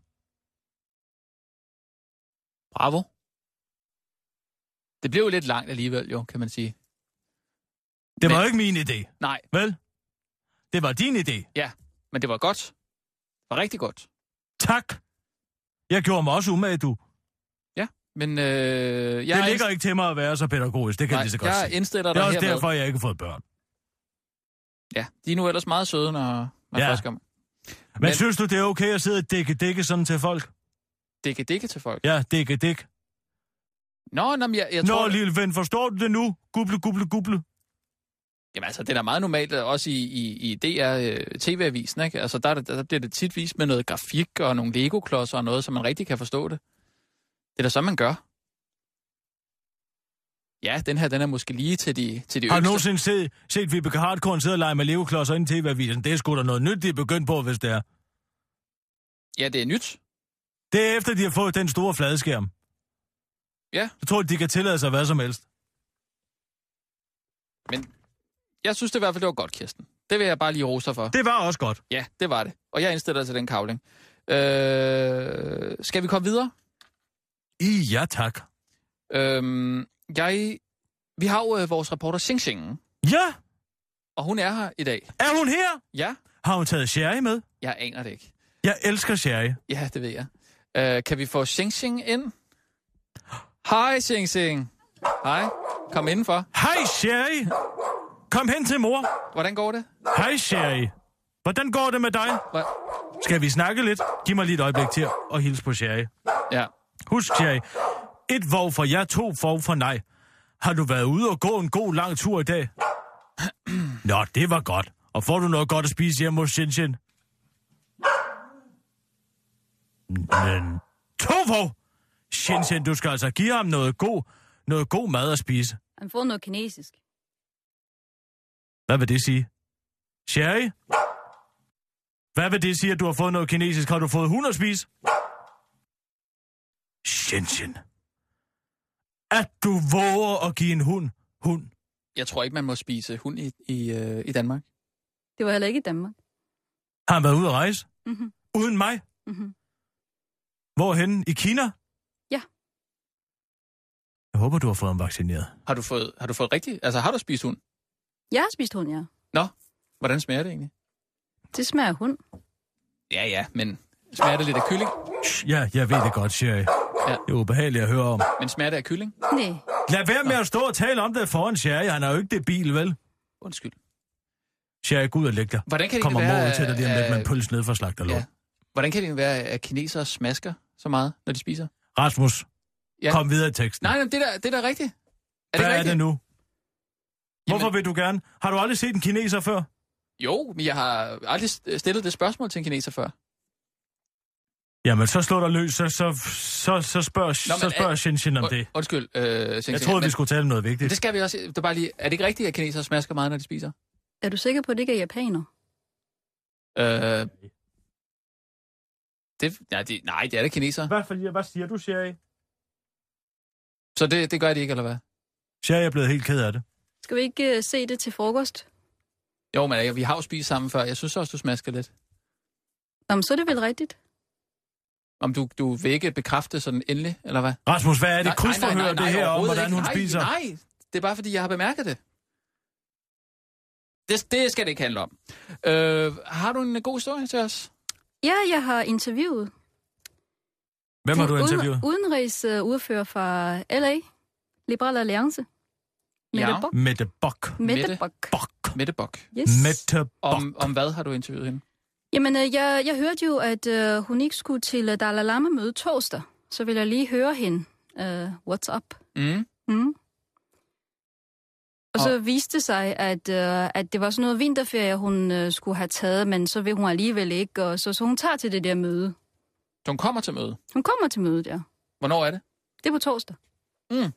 Bravo. Det blev jo lidt langt alligevel, jo, kan man sige. Det var men... jo ikke min idé. Nej. Vel? Det var din idé. Ja, men det var godt. Det var rigtig godt. Tak. Jeg gjorde mig også umage, du. Ja, men... Øh, jeg det ligger indst... ikke til mig at være så pædagogisk, det kan Nej, jeg lige så godt jeg sige. indstiller dig Det er også hermed. derfor, jeg ikke har fået børn. Ja, de er nu ellers meget søde, når man ja. først kommer. Men, men synes du, det er okay at sidde og dække-dække sådan til folk? Dække-dække til folk? Ja, dække-dække. Nå, nå, jeg, jeg Nå, tror... Nå, lille ven, forstår du det nu? Guble, guble, guble. Jamen altså, det er da meget normalt, også i, i, i D R-T V-avisen, ikke? Altså, der, der, der bliver det tit vist med noget grafik og nogle Lego-klodser og noget, så man rigtig kan forstå det. Det er da så, man gør. Ja, den her, den er måske lige til de, til de Har du yngste. nogensinde set, set Vibeke Hardcore sidde og lege med Lego-klodser inden T V-avisen? Det er sgu da noget nyt, de er begyndt på, hvis det er. Ja, det er nyt. Det er efter, de har fået den store fladskærm. Ja. Så tror de, de kan tillade sig hvad som helst. Men jeg synes det i hvert fald, det var godt, Kirsten. Det vil jeg bare lige rose dig for. Det var også godt. Ja, det var det. Og jeg indstiller til den kavling. Øh, skal vi komme videre? I ja, tak. Øhm, jeg... Vi har jo øh, vores reporter Xing Xing. Ja. Og hun er her i dag. Er hun her? Ja. Har hun taget sherry med? Jeg aner det ikke. Jeg elsker sherry. Ja, det ved jeg. Øh, kan vi få Xing Xing ind? Hej, Xing Xing. Hej. Kom indenfor. Hej, Sherry. Kom hen til mor. Hvordan går det? Hej, Sherry. Hvordan går det med dig? Hva? Skal vi snakke lidt? Giv mig lige et øjeblik til at hilse på Sherry. Ja. Husk, Sherry. Et vov for ja, to vov for nej. Har du været ude og gå en god lang tur i dag? Nå, det var godt. Og får du noget godt at spise hjemme hos Shinshin? Men... To vov! Shinshin, du skal altså give ham noget god, noget god mad at spise. Han får noget kinesisk. Hvad vil det sige? Sherry? Hvad vil det sige, at du har fået noget kinesisk? Har du fået hund at spise? Shinshin. At du våger at give en hund hund. Jeg tror ikke, man må spise hund i, i, øh, i Danmark. Det var heller ikke i Danmark. Har han været ude at rejse? Mm-hmm. Uden mig? Mm-hmm. Hvorhenne? I Kina? Ja. Jeg håber, du har fået ham vaccineret. Har du fået, har du fået rigtigt? Altså, har du spist hund? Jeg har spist hund, ja. Nå, hvordan smager det egentlig? Det smager hund. Ja, ja, men smager det lidt af kylling? Ja, jeg ved det godt, Sherry. Ja. Det er ubehageligt at høre om. Men smager det af kylling? Nej. Lad være med at stå og tale om det foran Sherry. Han er jo ikke debil, vel? Undskyld. Sherry, gå ud og læg dig. Hvordan kan det Kommer være, mål til dig lige om lidt øh, med en pølse ned fra slagterlov. Ja. Hvordan kan det være, at kinesere smasker så meget, når de spiser? Rasmus, Ja. kom videre i teksten. Nej, nej, det er det er da rigtigt. Er Hvad det er rigtigt? det nu? Hvorfor Jamen, vil du gerne? Har du aldrig set en kineser før? Jo, men jeg har aldrig stillet det spørgsmål til en kineser før. Jamen, så slår der løs, så, så, så, så spørger, Nå, så spørger Xinjiang om det. Undskyld, øh, Xinjiang. Jeg troede, vi skulle tale om noget vigtigt. Det skal vi også. Det er, bare lige, er det ikke rigtigt, at kinesere smasker meget, når de spiser? Er du sikker på, at det ikke er japaner? Øh, det, nej, de, nej, det er det kinesere. Hvad, for, hvad siger du, Sherry? Så det, det gør de ikke, eller hvad? Sherry er blevet helt ked af det. Skal vi ikke uh, se det til frokost? Jo, men vi har jo spist sammen før. Jeg synes også, du smasker lidt. Jamen, så er det vel rigtigt. Om du, du vil ikke bekræfte sådan endelig, eller hvad? Rasmus, hvad er det nej, krydsforhør, nej, nej, nej, det her om, hvordan hun nej, spiser? Nej, det er bare, fordi jeg har bemærket det. Det, det skal det ikke handle om. Øh, har du en god historie til os? Ja, jeg har interviewet. Hvem har du interviewet? Udenrigsordfører fra L A, Liberal Alliance. Mette Ja. Bock. Mette Bock. Mette Bock. Bock. Mette Bock. Yes. Mette Bock. Om, om hvad har du interviewet hende? Jamen, øh, jeg, jeg hørte jo, at øh, hun ikke skulle til øh, Dalai Lama-møde torsdag. Så vil jeg lige høre hende. Uh, what's up? Mm. Mm. Og, Og så viste det sig, at, øh, at det var sådan noget vinterferie, hun øh, skulle have taget, men så vil hun alligevel ikke. Og så, så hun tager til det der møde. Så hun kommer til møde? Hun kommer til mødet, ja. Hvornår er det? Det er på torsdag. Mm.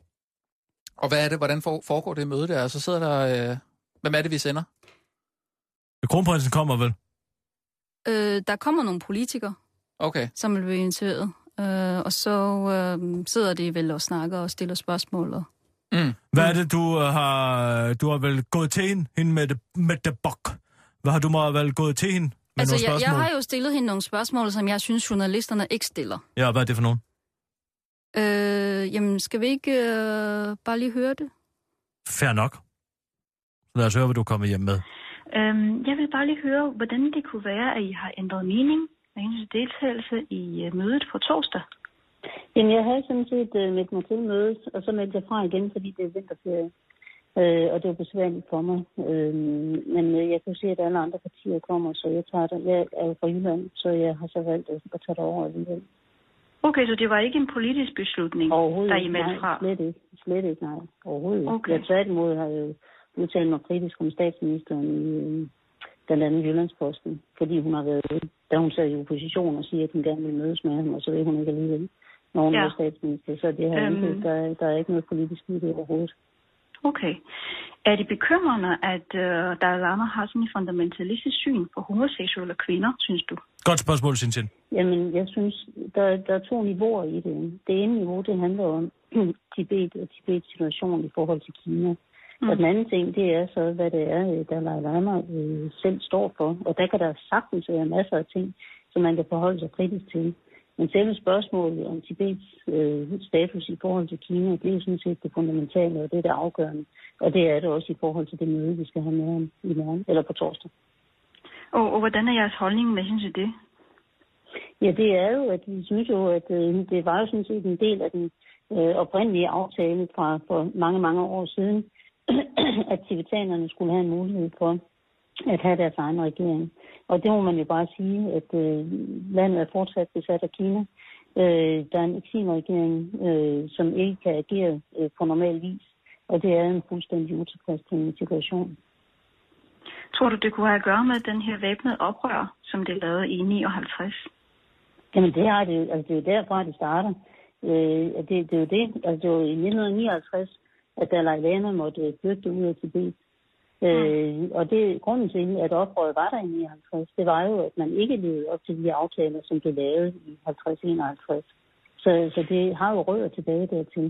Og hvad er det? Hvordan foregår det møde der? Og så sidder der... Øh... Hvem er det, vi sender? Kronprinsen kommer vel? Øh, der kommer nogle politikere, okay. som vil blive interviewet. Øh, og så øh, sidder de vel og snakker og stiller spørgsmål. Og... Mm. Hvad er det, du har... Du har vel gået til hende, hende med det, med det bok? Hvad har du meget vel gået til hende med altså, nogle jeg, spørgsmål? jeg har jo stillet hende nogle spørgsmål, som jeg synes, journalisterne ikke stiller. Ja, hvad er det for nogen? Øh, jamen, skal vi ikke øh, bare lige høre det? Fair nok. Lad os høre, hvad du kommer hjem med. Øhm, jeg vil bare lige høre, hvordan det kunne være, at I har ændret mening med hensyn til deltagelse i uh, mødet på torsdag. Jamen, jeg havde sådan set uh, meldt mig til mødet, og så meldte jeg fra igen, fordi det er vinterferie. Uh, og det var besværligt for mig. Uh, men uh, jeg kunne se, at alle andre partier kommer, så jeg tager det. Jeg er jo fra Jylland, så jeg har så valgt uh, at tage det over alligevel. Okay, så det var ikke en politisk beslutning, der I meldte fra? Slet ikke. Slet ikke, nej. Overhovedet ikke. Okay. Jeg tværtimod har jo udtalt mig kritisk om statsministeren i øh, den anden Jyllandsposten, fordi hun har været, da hun sad i opposition og siger, at hun gerne vil mødes med ham, og så vil hun ikke alligevel, når hun ja. er statsminister. Så det her øhm. ikke, der, der er ikke noget politisk i det overhovedet. Okay. Er det bekymrende, at øh, Dalai Lama har sådan et fundamentalistisk syn på homoseksuelle kvinder, synes du? Godt spørgsmål, Xinjiang. Jamen, jeg synes, der, der er to niveauer i det. Det ene niveau, det handler om Tibet og Tibets situation i forhold til Kina. Mm. Og den anden ting, det er så, hvad det er, Dalai Lama øh, selv står for. Og der kan der sagtens være masser af ting, som man kan forholde sig kritisk til. Men selve spørgsmålet om Tibets øh, status i forhold til Kina, det er jo sådan set det fundamentale, og det er det afgørende. Og det er det også i forhold til det møde, vi skal have med ham i morgen, eller på torsdag. Og, og hvordan er jeres holdning med hensyn til det? Ja, det er jo, at vi synes jo, at øh, det var jo sådan set en del af den øh, oprindelige aftale fra for mange, mange år siden, at tibetanerne skulle have en mulighed for at have deres egen regering. Og det må man jo bare sige, at øh, landet er fortsat besat af Kina. Øh, der er en eksilregering, øh, som ikke kan agere øh, på normal vis, og det er en fuldstændig utilfredsstillende situation. Tror du, det kunne have at gøre med den her væbnede oprør, som det lavede i nioghalvtreds? Jamen det har det jo, altså det er jo derfra, det starter. Øh, det, det er jo det, altså det var i nitten nioghalvtreds, at Dalai Lama måtte flygte ud af Tibet. Mm. Øh, og det grunden til, at oprøret var der i nioghalvtreds, det var jo, at man ikke levede op til de aftaler, som blev lavet i halvtreds enoghalvtreds. Så, så det har jo rødder tilbage dertil.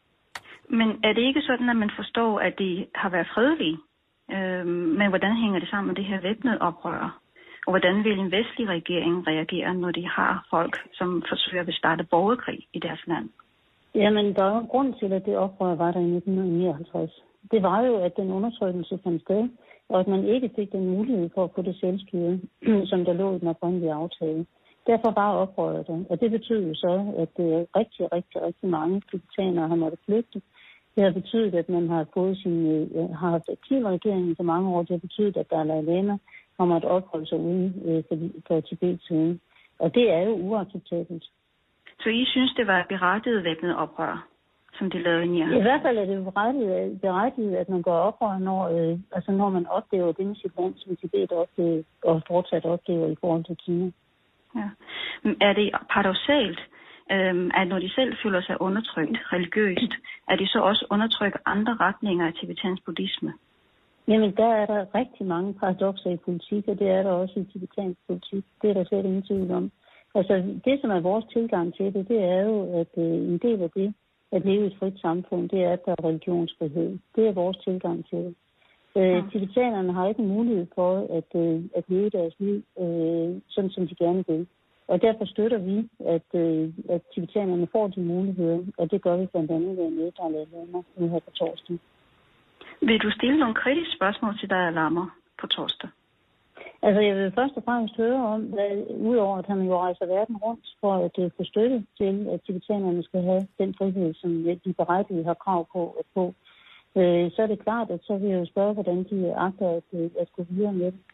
Men er det ikke sådan, at man forstår, at de har været fredelige? Øh, men hvordan hænger det sammen med det her væbnede oprør? Og hvordan vil en vestlig regering reagere, når de har folk, som forsøger at starte borgerkrig i deres land? Jamen, der er jo en grund til, at det oprør var der i nitten nioghalvtreds. Det var jo, at den undertrykkelse fandt sted, og at man ikke fik den mulighed for at få det selvstyre, som der lå i den oprindelige aftale. Derfor var oprøret der. Og det betyder jo så, at rigtig, rigtig, rigtig mange tibetanere har måttet flygte. Det har betydet, at man har fået sin, har haft eksilregering i så mange år. Det har betydet, at Dalai Lama har måttet opholde sig ude for, for Tibets siden. Og det er jo uacceptabelt. Så I synes, det var berettiget væbnet oprør, som det lavede i nioghalvtreds? I hvert fald er det berettiget, berettiget at man går oprør, når, øh, altså når man oplever det med sit land, som Tibet oplever, og fortsat oplever i forhold til Kina. Ja. Er det paradoksalt, øhm, at når de selv føler sig undertrykt religiøst, at de så også undertrykker andre retninger af tibetansk buddhisme? Jamen, der er der rigtig mange paradokser i politik, og det er der også i tibetansk politik. Det er der slet ingen tvivl om. Altså, det som er vores tilgang til det, det er jo, at øh, en del af det, at leve i et frit samfund, det er, at der er religionsfrihed. Det er vores tilgang til det. Øh, ja. Tibetanerne har ikke en mulighed for at, øh, at leve deres liv, øh, sådan som de gerne vil. Og derfor støtter vi, at, øh, at tibetanerne får de muligheder, og det gør vi blandt andet ved at møde Dalai Lama nu her på torsdag. Vil du stille nogle kritiske spørgsmål til Dalai Lama på torsdag? Altså, jeg vil først og fremmest høre om, hvad, udover at han jo rejser verden rundt for at uh, få støtte til, at tibetanerne skal have den frihed, som de berettigede har krav på at få. Øh, så er det klart, at så vil jeg jo spørge, hvordan de agter at, at gå videre med det.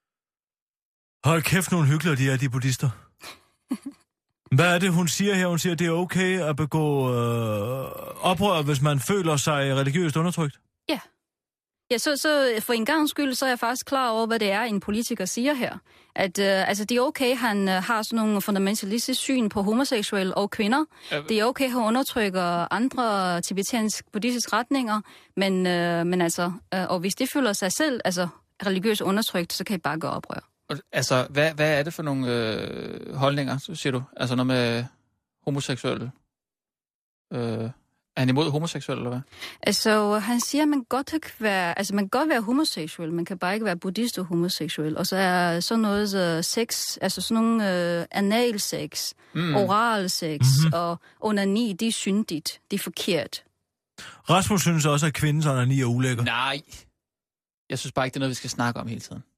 Hold kæft, nogle hyggelige de er, de buddhister. Hvad er det, hun siger her? Hun siger, at det er okay at begå øh, oprør, hvis man føler sig religiøst undertrykt? Ja. Ja, så, så for en gang skyld, så er jeg faktisk klar over, hvad det er, en politiker siger her. At øh, altså, det er okay, han øh, har sådan nogle fundamentalistiske syn på homoseksuelle og kvinder. Ja. Det er okay, han undertrykker andre tibetansk buddhistiske retninger. Men, øh, men altså, øh, og hvis de føler sig selv altså, religiøst undertrykt, så kan I bare gøre oprør. Altså, hvad, hvad er det for nogle øh, holdninger, siger du? Altså noget med homoseksuelle? Øh, er han imod homoseksuelle, eller hvad? Altså, han siger, at man godt kan være, altså, man kan godt være homoseksuel, man kan bare ikke være buddhist og homoseksuel. Og så er sådan noget uh, sex, altså sådan nogle uh, analsex, mm. oralsex mm-hmm. og onani, det er syndigt, det er forkert. Rasmus synes også, at kvindens onani er ulækker. Nej, jeg synes bare ikke, det er noget, vi skal snakke om hele tiden.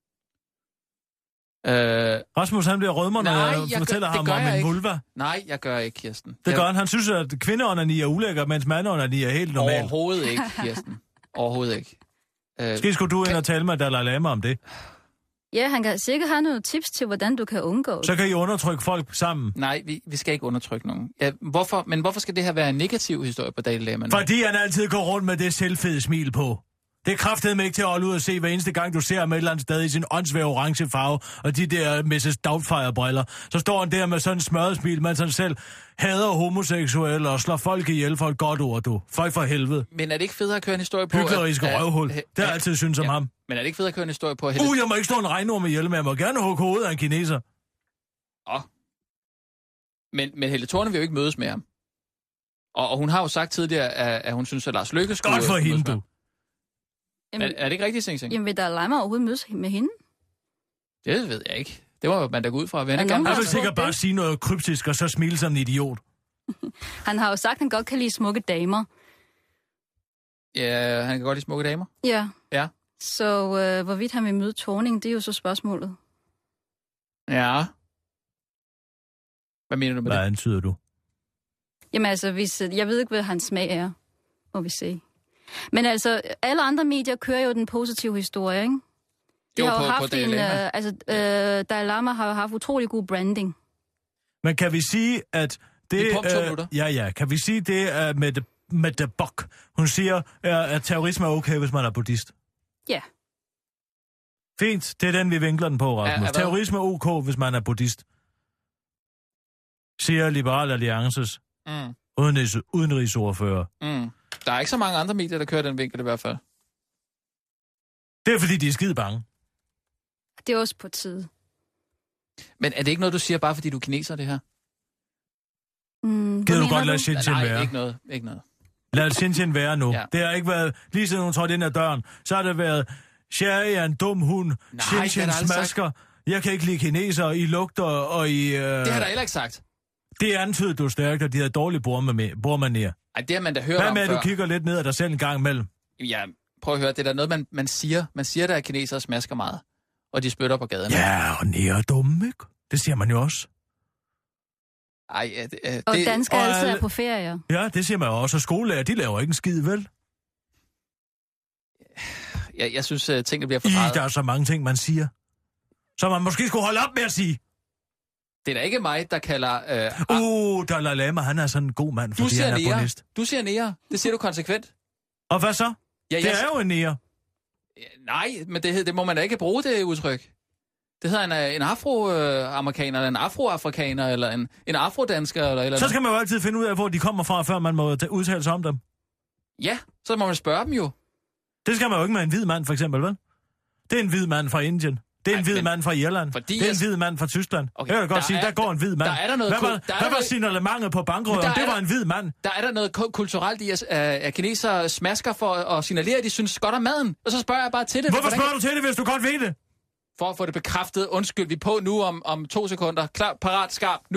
Øh, Rasmus, han bliver rødmer, når jeg, jeg fortæller gør, ham om en vulva. Nej, jeg gør ikke, Kirsten. Det jeg... gør han. Han synes, at kvindeonani er ulækker, mens mandeonani er helt normalt. Overhovedet ikke, Kirsten. Overhovedet ikke. Øh, Måske skulle du kan... ind og tale med Dalai Lama om det. Ja, han kan sikkert have nogle tips til, hvordan du kan undgå. Så kan I undertrykke folk sammen. Nej, vi, vi skal ikke undertrykke nogen. Ja, hvorfor, men hvorfor skal det her være en negativ historie på Dalai Lama? Fordi han altid går rundt med det selvfede smil på. Det er kraftedeme ikke til at holde ud og se, hver eneste gang du ser ham et eller andet sted i sin åndsvære orange farve, og de der missus Doubtfire-briller. Så står han der med sådan en smørret smil, mens han selv hader homoseksuelle og slår folk ihjel for et godt ord, du. Folk for helvede. Men er det ikke federe at køre en historie på... Hykleriske røvhul. Det har jeg altid synes om ja, ham. Men er det ikke federe at køre en historie på... Uh, jeg må ikke slå en regnorm ihjel, men jeg må gerne hugge hovedet af en kineser. Åh. Men, men Helle Thorne vil jo ikke mødes med ham. Og, og hun har jo sagt tidligere, at, at hun synes, at Lars Løkke skulle... Godt for hende, du. Jamen, er, er det ikke rigtigt, Sing Sing? Jamen, vil Dalai Lama overhovedet mødes med hende? Det ved jeg ikke. Det var man da gå ud fra. Han vil sikkert bare sige noget kryptisk, og så smile som en idiot. Han har jo sagt, at han godt kan lide smukke damer. Ja, han kan godt lide smukke damer. Ja. Ja. Så øh, hvorvidt han vil møde Thorning, det er jo så spørgsmålet. Ja. Hvad mener du med Hvad det? Hvad antyder du? Jamen altså, hvis, jeg ved ikke, hvad hans smag er, må vi se. Men altså, alle andre medier kører jo den positive historie, ikke? De jo, har på, jo haft på en, øh, altså, øh, Dalai Lama har jo haft utrolig god branding. Men kan vi sige, at det... Øh, ja, ja. Kan vi sige, det er med det, med det bok. Hun siger, at terrorisme er okay, hvis man er buddhist. Ja. Fint. Det er den, vi vinkler den på, Rasmus. Ja, terrorisme er ok, hvis man er buddhist. Siger Liberal Alliances mm. udenrigs, udenrigsordfører. Mm. Der er ikke så mange andre medier, der kører den vinkel i hvert fald. Det er, fordi de er skide bange. Det er også på tide. Men er det ikke noget, du siger, bare fordi du er kineser, det her? Mm, Gider du godt lade Xinjiang være? Nej, ikke noget. Ikke noget. Lad Xinjiang være nu. Ja. Det har ikke været... Lige siden hun trådte ind ad døren, så har det været... Sherry er en dum hund. Xinjiang smasker. Jeg kan ikke lide kineser. I lugter og I... Øh... Det har der heller ikke sagt. Det er antydet, du er stærkt, og de har dårlige bordmanér. Ej, det har man da hørt Hvad om med, før? at du kigger lidt ned ad dig selv en gang imellem? Ja, prøv at høre. Det er da noget, man, man siger. Man siger, der er kinesere smasker meget. Og de spytter på gaden. Ja, og nære dumme, ikke? Det siger man jo også. Ej, ja, det, det, og danskere og altid er på ferie. Ja, det siger man jo også. Og skolelærer, de laver ikke en skid, vel? Jeg, jeg synes, at tingene bliver for meget. I, der er så mange ting, man siger. Så man måske skulle holde op med at sige. Det er da ikke mig, der kalder... Øh, uh, Dalai Lama, han er sådan en god mand, fordi han er nære. buddhist. Du siger nære. Det siger du konsekvent. Og hvad så? Ja, det jeg... er jo en nære. Nej, men det, det må man da ikke bruge, det udtryk. Det hedder en, en afroamerikaner, eller en afroafrikaner, eller en, en afrodansker, eller eller Så skal man jo altid finde ud af, hvor de kommer fra, før man må udtale sig om dem. Ja, så må man spørge dem jo. Det skal man jo ikke med en hvid mand, for eksempel, vel? Det er en hvid mand fra Indien. Det er en Ej, hvid mand fra Irland. Det er en jeg... hvid mand fra Tyskland. Okay, jeg kan godt sige, der, der går en hvid mand. Der er der noget... Hvad var, der hvad var noget... signalementet på bankrøven? Det var en hvid mand. Der er der noget kulturelt i, at, at kinesere smasker for at signalere, at de synes godt om maden. Og så spørger jeg bare til det. Hvorfor Hvordan... spørger du til det, hvis du godt ved det? For at få det bekræftet. Undskyld, vi er på nu om, om to sekunder. Klar, parat, skarp, nu.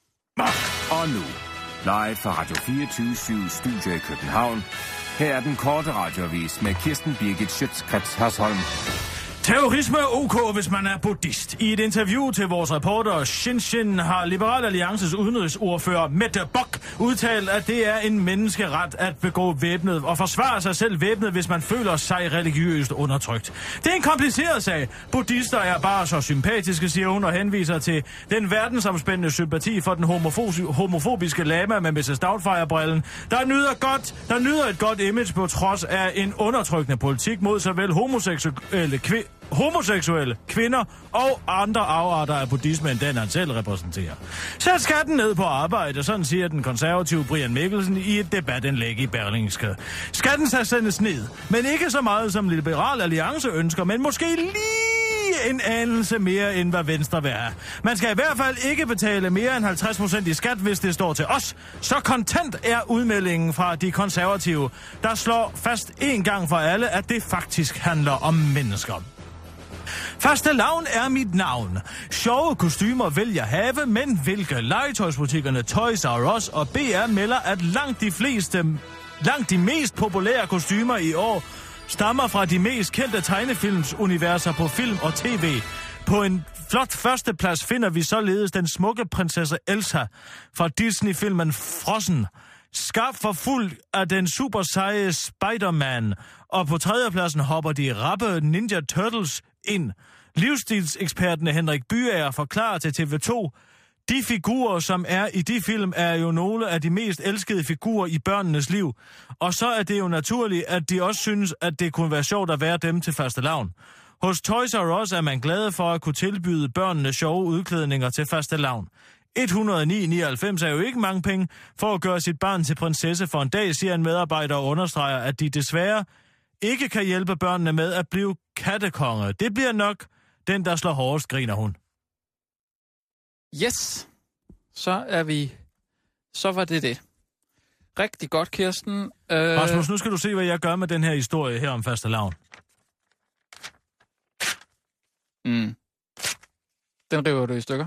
Og nu, live fra Radio fireogtyve syv Studio i København. Her er den korte radioavis med Kirsten Birgit Schøtz-Krets Hørsholm. Terrorisme er ok, hvis man er buddhist. I et interview til vores reporter Shinshin har Liberal Alliances udenrigsordfører Mette Bock udtalt, at det er en menneskeret at begå væbnet og forsvare sig selv væbnet, hvis man føler sig religiøst undertrykt. Det er en kompliceret sag. Buddhister er bare så sympatiske, siger hun, og henviser til den verdensomspændende sympati for den homofo- homofobiske lama med missus Doubtfire-brillen, der nyder, godt, der nyder et godt image på trods af en undertrykkende politik mod såvel homoseksuelle kvinder homoseksuelle, kvinder og andre afarter af buddhisme, end den han selv repræsenterer. Sæt skatten ned på arbejde, sådan siger den konservative Brian Mikkelsen i et debatindlæg i Berlingske. Skatten skal sendes ned, men ikke så meget som Liberal Alliance ønsker, men måske lige en anelse mere, end hvad Venstre vil have. Man skal i hvert fald ikke betale mere end halvtreds procent i skat, hvis det står til os. Så kontant er udmeldingen fra de konservative, der slår fast en gang for alle, at det faktisk handler om mennesker. Fastelavn er mit navn. Sjove kostymer vil jeg have, men hvilke legetøjsbutikkerne Toys R Us og B R melder, at langt de fleste, langt de mest populære kostymer i år stammer fra de mest kendte tegnefilmsuniverser på film og tv. På en flot førsteplads finder vi således den smukke prinsesse Elsa fra Disney-filmen Frozen. Skarpt for fuld af den super seje Spider-Man, og på tredjepladsen hopper de rappe Ninja Turtles ind. Livsstilseksperten Henrik Byager forklarer til T V to, de figurer, som er i de film, er jo nogle af de mest elskede figurer i børnenes liv. Og så er det jo naturligt, at de også synes, at det kunne være sjovt at være dem til fastelavn. Hos Toys R Us er man glade for at kunne tilbyde børnene sjove udklædninger til fastelavn. et hundrede og ni komma nioghalvfems er jo ikke mange penge for at gøre sit barn til prinsesse for en dag, siger en medarbejder og understreger, at de desværre ikke kan hjælpe børnene med at blive kattekonger. Det bliver nok den, der slår hårdest, griner hun. Yes. Så er vi... Så var det det. Rigtig godt, Kirsten. Øh... Rasmus, nu skal du se, hvad jeg gør med den her historie her om fastelavn. Mm. Den river du i stykker.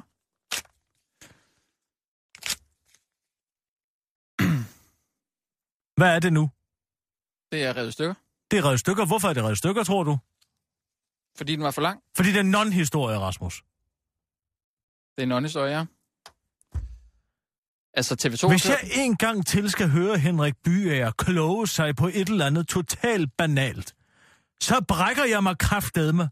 Hvad er det nu? Det er revet i stykker. Det er revet i stykker. Hvorfor er det revet i stykker, tror du? Fordi den var for lang. Fordi det er non-historie, Rasmus. Det er en non-historie, ja. Altså T V to... Hvis jeg en gang til skal høre Henrik Byager kloge sig på et eller andet totalt banalt, så brækker jeg mig kraftedme.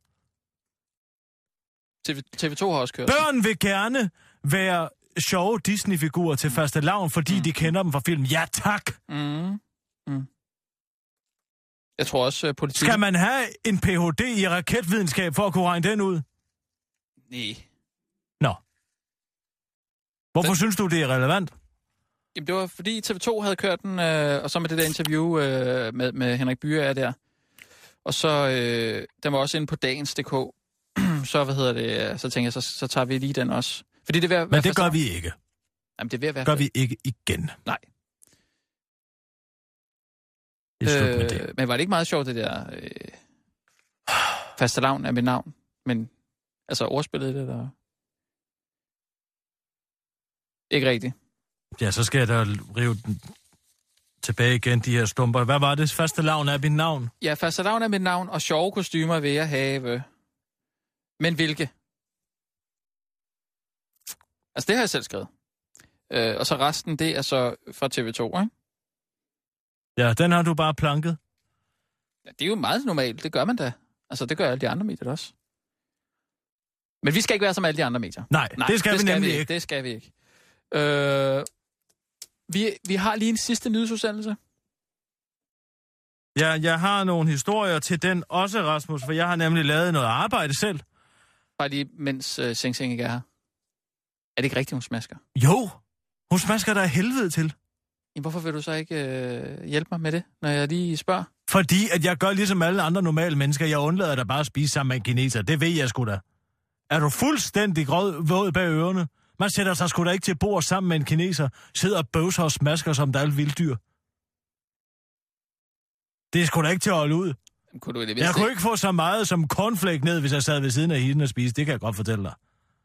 T V to har også kørt. Børn vil gerne være sjove Disney-figurer til fastelavn, fordi mm. de kender dem fra film. Ja, tak! Mm. Mm. Jeg tror også, uh, politik... Skal man have en P H D i raketvidenskab for at kunne regne den ud? Nej. Nå. Hvorfor den... synes du, det er relevant? Jamen, det var fordi T V to havde kørt den, øh, og så med det der interview øh, med, med Henrik Byager der. Og så, øh, den var også inde på dagens punktum d k. Så, hvad hedder det, så tænker jeg, så, så tager vi lige den også. Fordi det vil Men det gør vi ikke. Jamen, det vil være... Gør vi ikke igen. Nej. Det er slut med det. Øh, men var det ikke meget sjovt, det der øh, fastelavn af mit navn? Men, altså ordspillet det der... Ikke rigtigt. Ja, så skal jeg da rive den tilbage igen, de her stumper. Hvad var det? Fastelavn af mit navn? Ja, fastelavn af mit navn, og sjove kostymer vil jeg have. Men hvilke? Altså, det har jeg selv skrevet. Øh, og så resten, det er så fra T V to, ikke? Ja, den har du bare planket. Ja, det er jo meget normalt. Det gør man da. Altså, det gør alle de andre medier også. Men vi skal ikke være som alle de andre medier. Nej, Nej det skal det vi skal nemlig vi ikke. Det skal vi ikke. Øh, vi, vi har lige en sidste nyhedsudsendelse. Ja, jeg har nogle historier til den også, Rasmus, for jeg har nemlig lavet noget arbejde selv. Bare lige, mens uh, Sing Sing ikke er her. Er det ikke rigtigt, hun smasker? Jo, hun smasker der helvede til. Jamen, hvorfor vil du så ikke øh, hjælpe mig med det, når jeg lige spørger? Fordi at jeg gør ligesom alle andre normale mennesker. Jeg undlader da bare at spise sammen med en kineser. Det ved jeg sgu da. Er du fuldstændig grød, våd bag ørerne? Man sætter sig sgu da ikke til bord sammen med en kineser. Sidder og bøvser og smasker som der er et vilddyr. Det er sgu da ikke til at holde ud. Kunne du det, jeg kunne ikke få så meget som cornflake ned, hvis jeg sad ved siden af hende og spiste. Det kan jeg godt fortælle dig.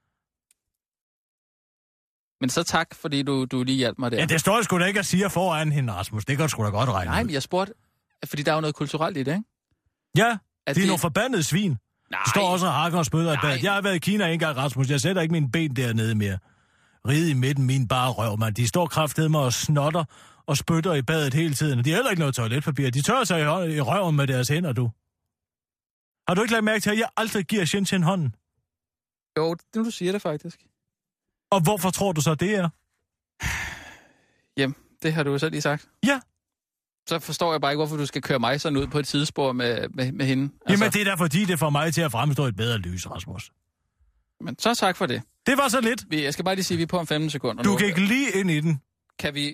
Men så tak, fordi du, du lige hjalp mig der. Ja, det står sgu da ikke at sige foran hende, Rasmus. Det kan du sgu da godt regne. Nej, men jeg spurgte, fordi der er jo noget kulturelt i det, ikke? Ja, at det er det... nogle forbandede svin. Nej. De står også og hakker og spytter i bad. Jeg har været i Kina en gang, Rasmus. Jeg sætter ikke mine ben dernede mere. Ride i midten, min bare røv, mand. De står kraftedeme og snotter og spytter i badet hele tiden. Og de har heller ikke noget toiletpapir. De tørrer sig i, i røven med deres hænder, du. Har du ikke lagt mærke til, at jeg aldrig giver Shenzhen hånden? Jo, det du siger det faktisk. Og hvorfor tror du så, det er? Jamen, det har du jo selv lige sagt. Ja. Så forstår jeg bare ikke, hvorfor du skal køre mig sådan ud på et sidespor med, med, med hende. Altså... Jamen, det er da fordi, det får mig til at fremstå et bedre lys, Rasmus. Men så tak for det. Det var så lidt. Jeg skal bare lige sige, at vi er på om femten sekunder. Du gik lige ind i den. Kan vi...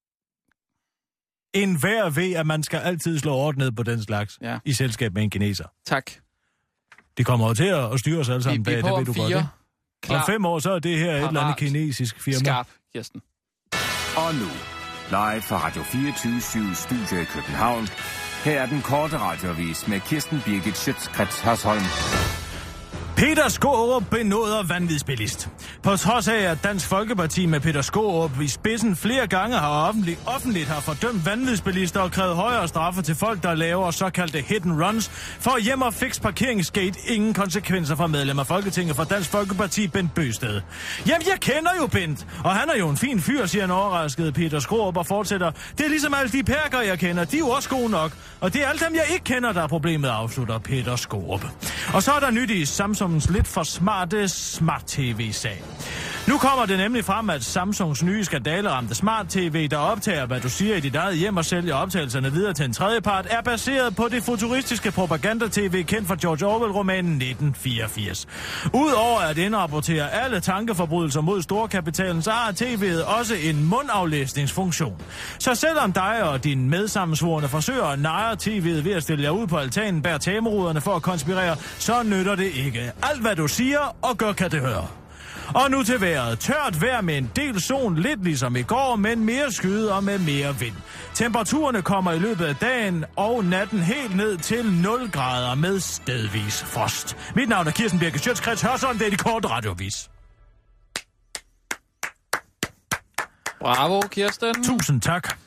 En hver ved, at man skal altid slå hårdt ned på den slags. Ja. I selskab med en kineser. Tak. De kommer jo til at styre os alle sammen bag, det ved du godt, ikke? Klar. Om fem år, så er det her parat. Et eller andet kinesisk firma. Skarp, Kirsten. Og nu, live fra Radio fireogtyve syv Studio i København. Her er den korte radioavis med Kirsten Birgit Schøtz-Krets Hørsholm. Peter Skaarup benåder vanvidsbilist. På trods af, at Dansk Folkeparti med Peter Skaarup i spidsen flere gange har offentligt, offentligt har fordømt vanvidsbilister og krævet højere straffe til folk, der laver såkaldte hit and runs, for hjem og fix parkeringsgate ingen konsekvenser for medlem af Folketinget for Dansk Folkeparti Bent Bøgsted. Jamen, jeg kender jo Bent, og han er jo en fin fyr, siger en overrasket Peter Skaarup og fortsætter. Det er ligesom alle de perker, jeg kender, de er jo også gode nok, og det er alle dem, jeg ikke kender, der er problemet, afslutter Peter Skaarup. Og så er der nyt i Samsung lidt for smarte smart-tv-sag. Nu kommer det nemlig frem, at Samsungs nye skandaleramte smart-tv, der optager, hvad du siger i dit eget hjem og sælger optagelserne videre til en tredjepart, er baseret på det futuristiske propaganda-tv kendt fra George Orwell-romanen nitten fireogfirs. Udover at indrapportere alle tankeforbrydelser mod storkapitalen, så har tv'et også en mundaflæsningsfunktion. Så selvom dig og din medsammensvorne forsøger at narre tv'et ved at stille jer ud på altanen bag tameruderne for at konspirere, så nytter det ikke. Alt hvad du siger, og gør kan det høre. Og nu til vejret. Tørt vejr med en del sol, lidt ligesom i går, men mere skyde og med mere vind. Temperaturerne kommer i løbet af dagen og natten helt ned til nul grader med stedvis frost. Mit navn er Kirsten Birgit Schøtz-Krets Hørsholm, det er de korte radioavis. Bravo, Kirsten. Tusind tak.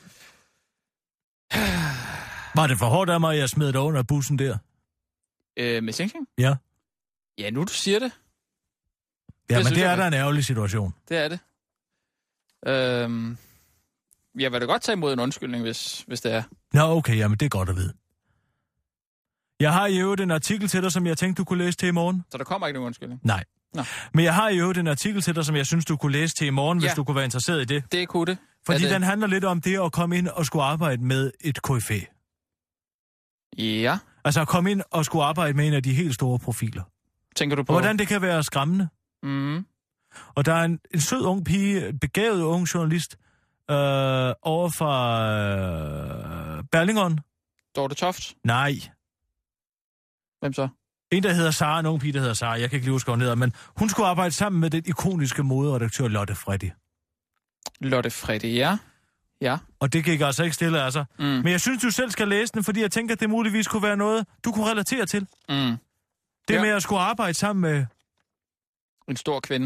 Var det for hårdt af mig, at jeg smed dig under bussen der? Øh, med Sing Sing? Ja. Ja, nu du siger det. Ja, det men det er da en ærgerlig situation. Det er det. Øhm, jeg vil da godt tage imod en undskyldning, hvis, hvis det er. Nå, okay, jamen det er godt at vide. Jeg har i øvrigt en artikel til dig, som jeg tænkte, du kunne læse til i morgen. Så der kommer ikke nogen undskyldning? Nej. Nå. Men jeg har i øvrigt en artikel til dig, som jeg synes, du kunne læse til i morgen, ja. Hvis du kunne være interesseret i det. Det kunne det. Fordi det... den handler lidt om det at komme ind og skulle arbejde med et K F A. Ja. Altså at komme ind og skulle arbejde med en af de helt store profiler. Tænker du på? Og hvordan det kan være skræmmende. Mm. Og der er en, en sød ung pige, begavet ung journalist, øh, over fra øh, Berlingeren. Dorte Toft? Nej. Hvem så? En, der hedder Sara, en ung pige, der hedder Sara. Jeg kan ikke lige huske, hvad hun hedder, men hun skulle arbejde sammen med den ikoniske moderedaktør Lotte Freddy. Lotte Freddy, ja. Ja. Og det gik altså ikke stille, altså. Mm. Men jeg synes, du selv skal læse den, fordi jeg tænker, at det muligvis kunne være noget, du kunne relatere til. Mm. Det ja. med at skulle arbejde sammen med... En stor kvinde.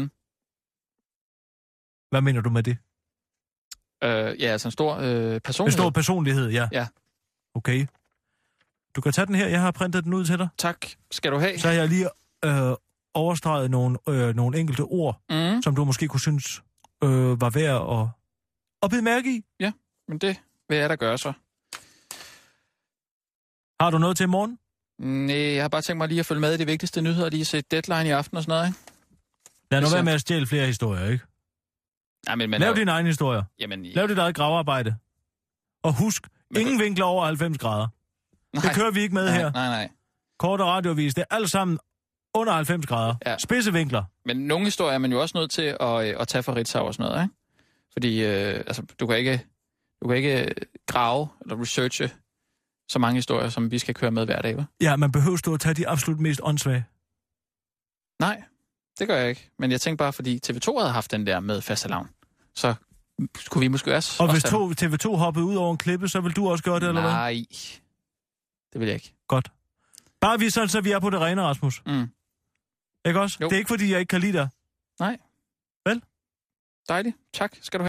Hvad mener du med det? Øh, ja, altså en stor øh, personlighed. En stor personlighed, ja. Ja. Okay. Du kan tage den her, jeg har printet den ud til dig. Tak, skal du have. Så har jeg lige øh, overstreget nogle, øh, nogle enkelte ord, mm. som du måske kunne synes øh, var værd at, at bide mærke i. Ja, men det vil jeg da gøre så. Har du noget til i morgen? Nej, jeg har bare tænkt mig lige at følge med i de vigtigste nyheder, lige se Deadline i aften og sådan noget, ikke? Lad nu være med at stjæle flere historier, ikke? Nej, men, men Lav er... dine egne historier. Jamen, Lav dit eget gravearbejde. Og husk, men... ingen vinkler over halvfems grader. Nej. Det kører vi ikke med nej, her. Nej, nej. Kort og radioavis, det er alt sammen Under halvfems grader. Ja. Spidse vinkler. Men nogle historier er man jo også nødt til at, at tage fra Ritzau og sådan noget, ikke? Fordi øh, altså, du kan ikke, du kan ikke grave eller researche så mange historier, som vi skal køre med hver dag, hva'? Ja, man behøver stå at tage de absolut mest åndssvage. Nej, det gør jeg ikke. Men jeg tænkte bare, fordi T V to havde haft den der med fastelavn, så kunne vi måske også... Og hvis også T V to hoppede ud over en klippe, så vil du også gøre det, eller hvad? Nej, det vil jeg ikke. Godt. Bare vi sådan, så vi er på det rene, Rasmus. Mm. Ikke også? Jo. Det er ikke, fordi jeg ikke kan lide dig. Nej. Vel? Dejligt. Tak skal du have.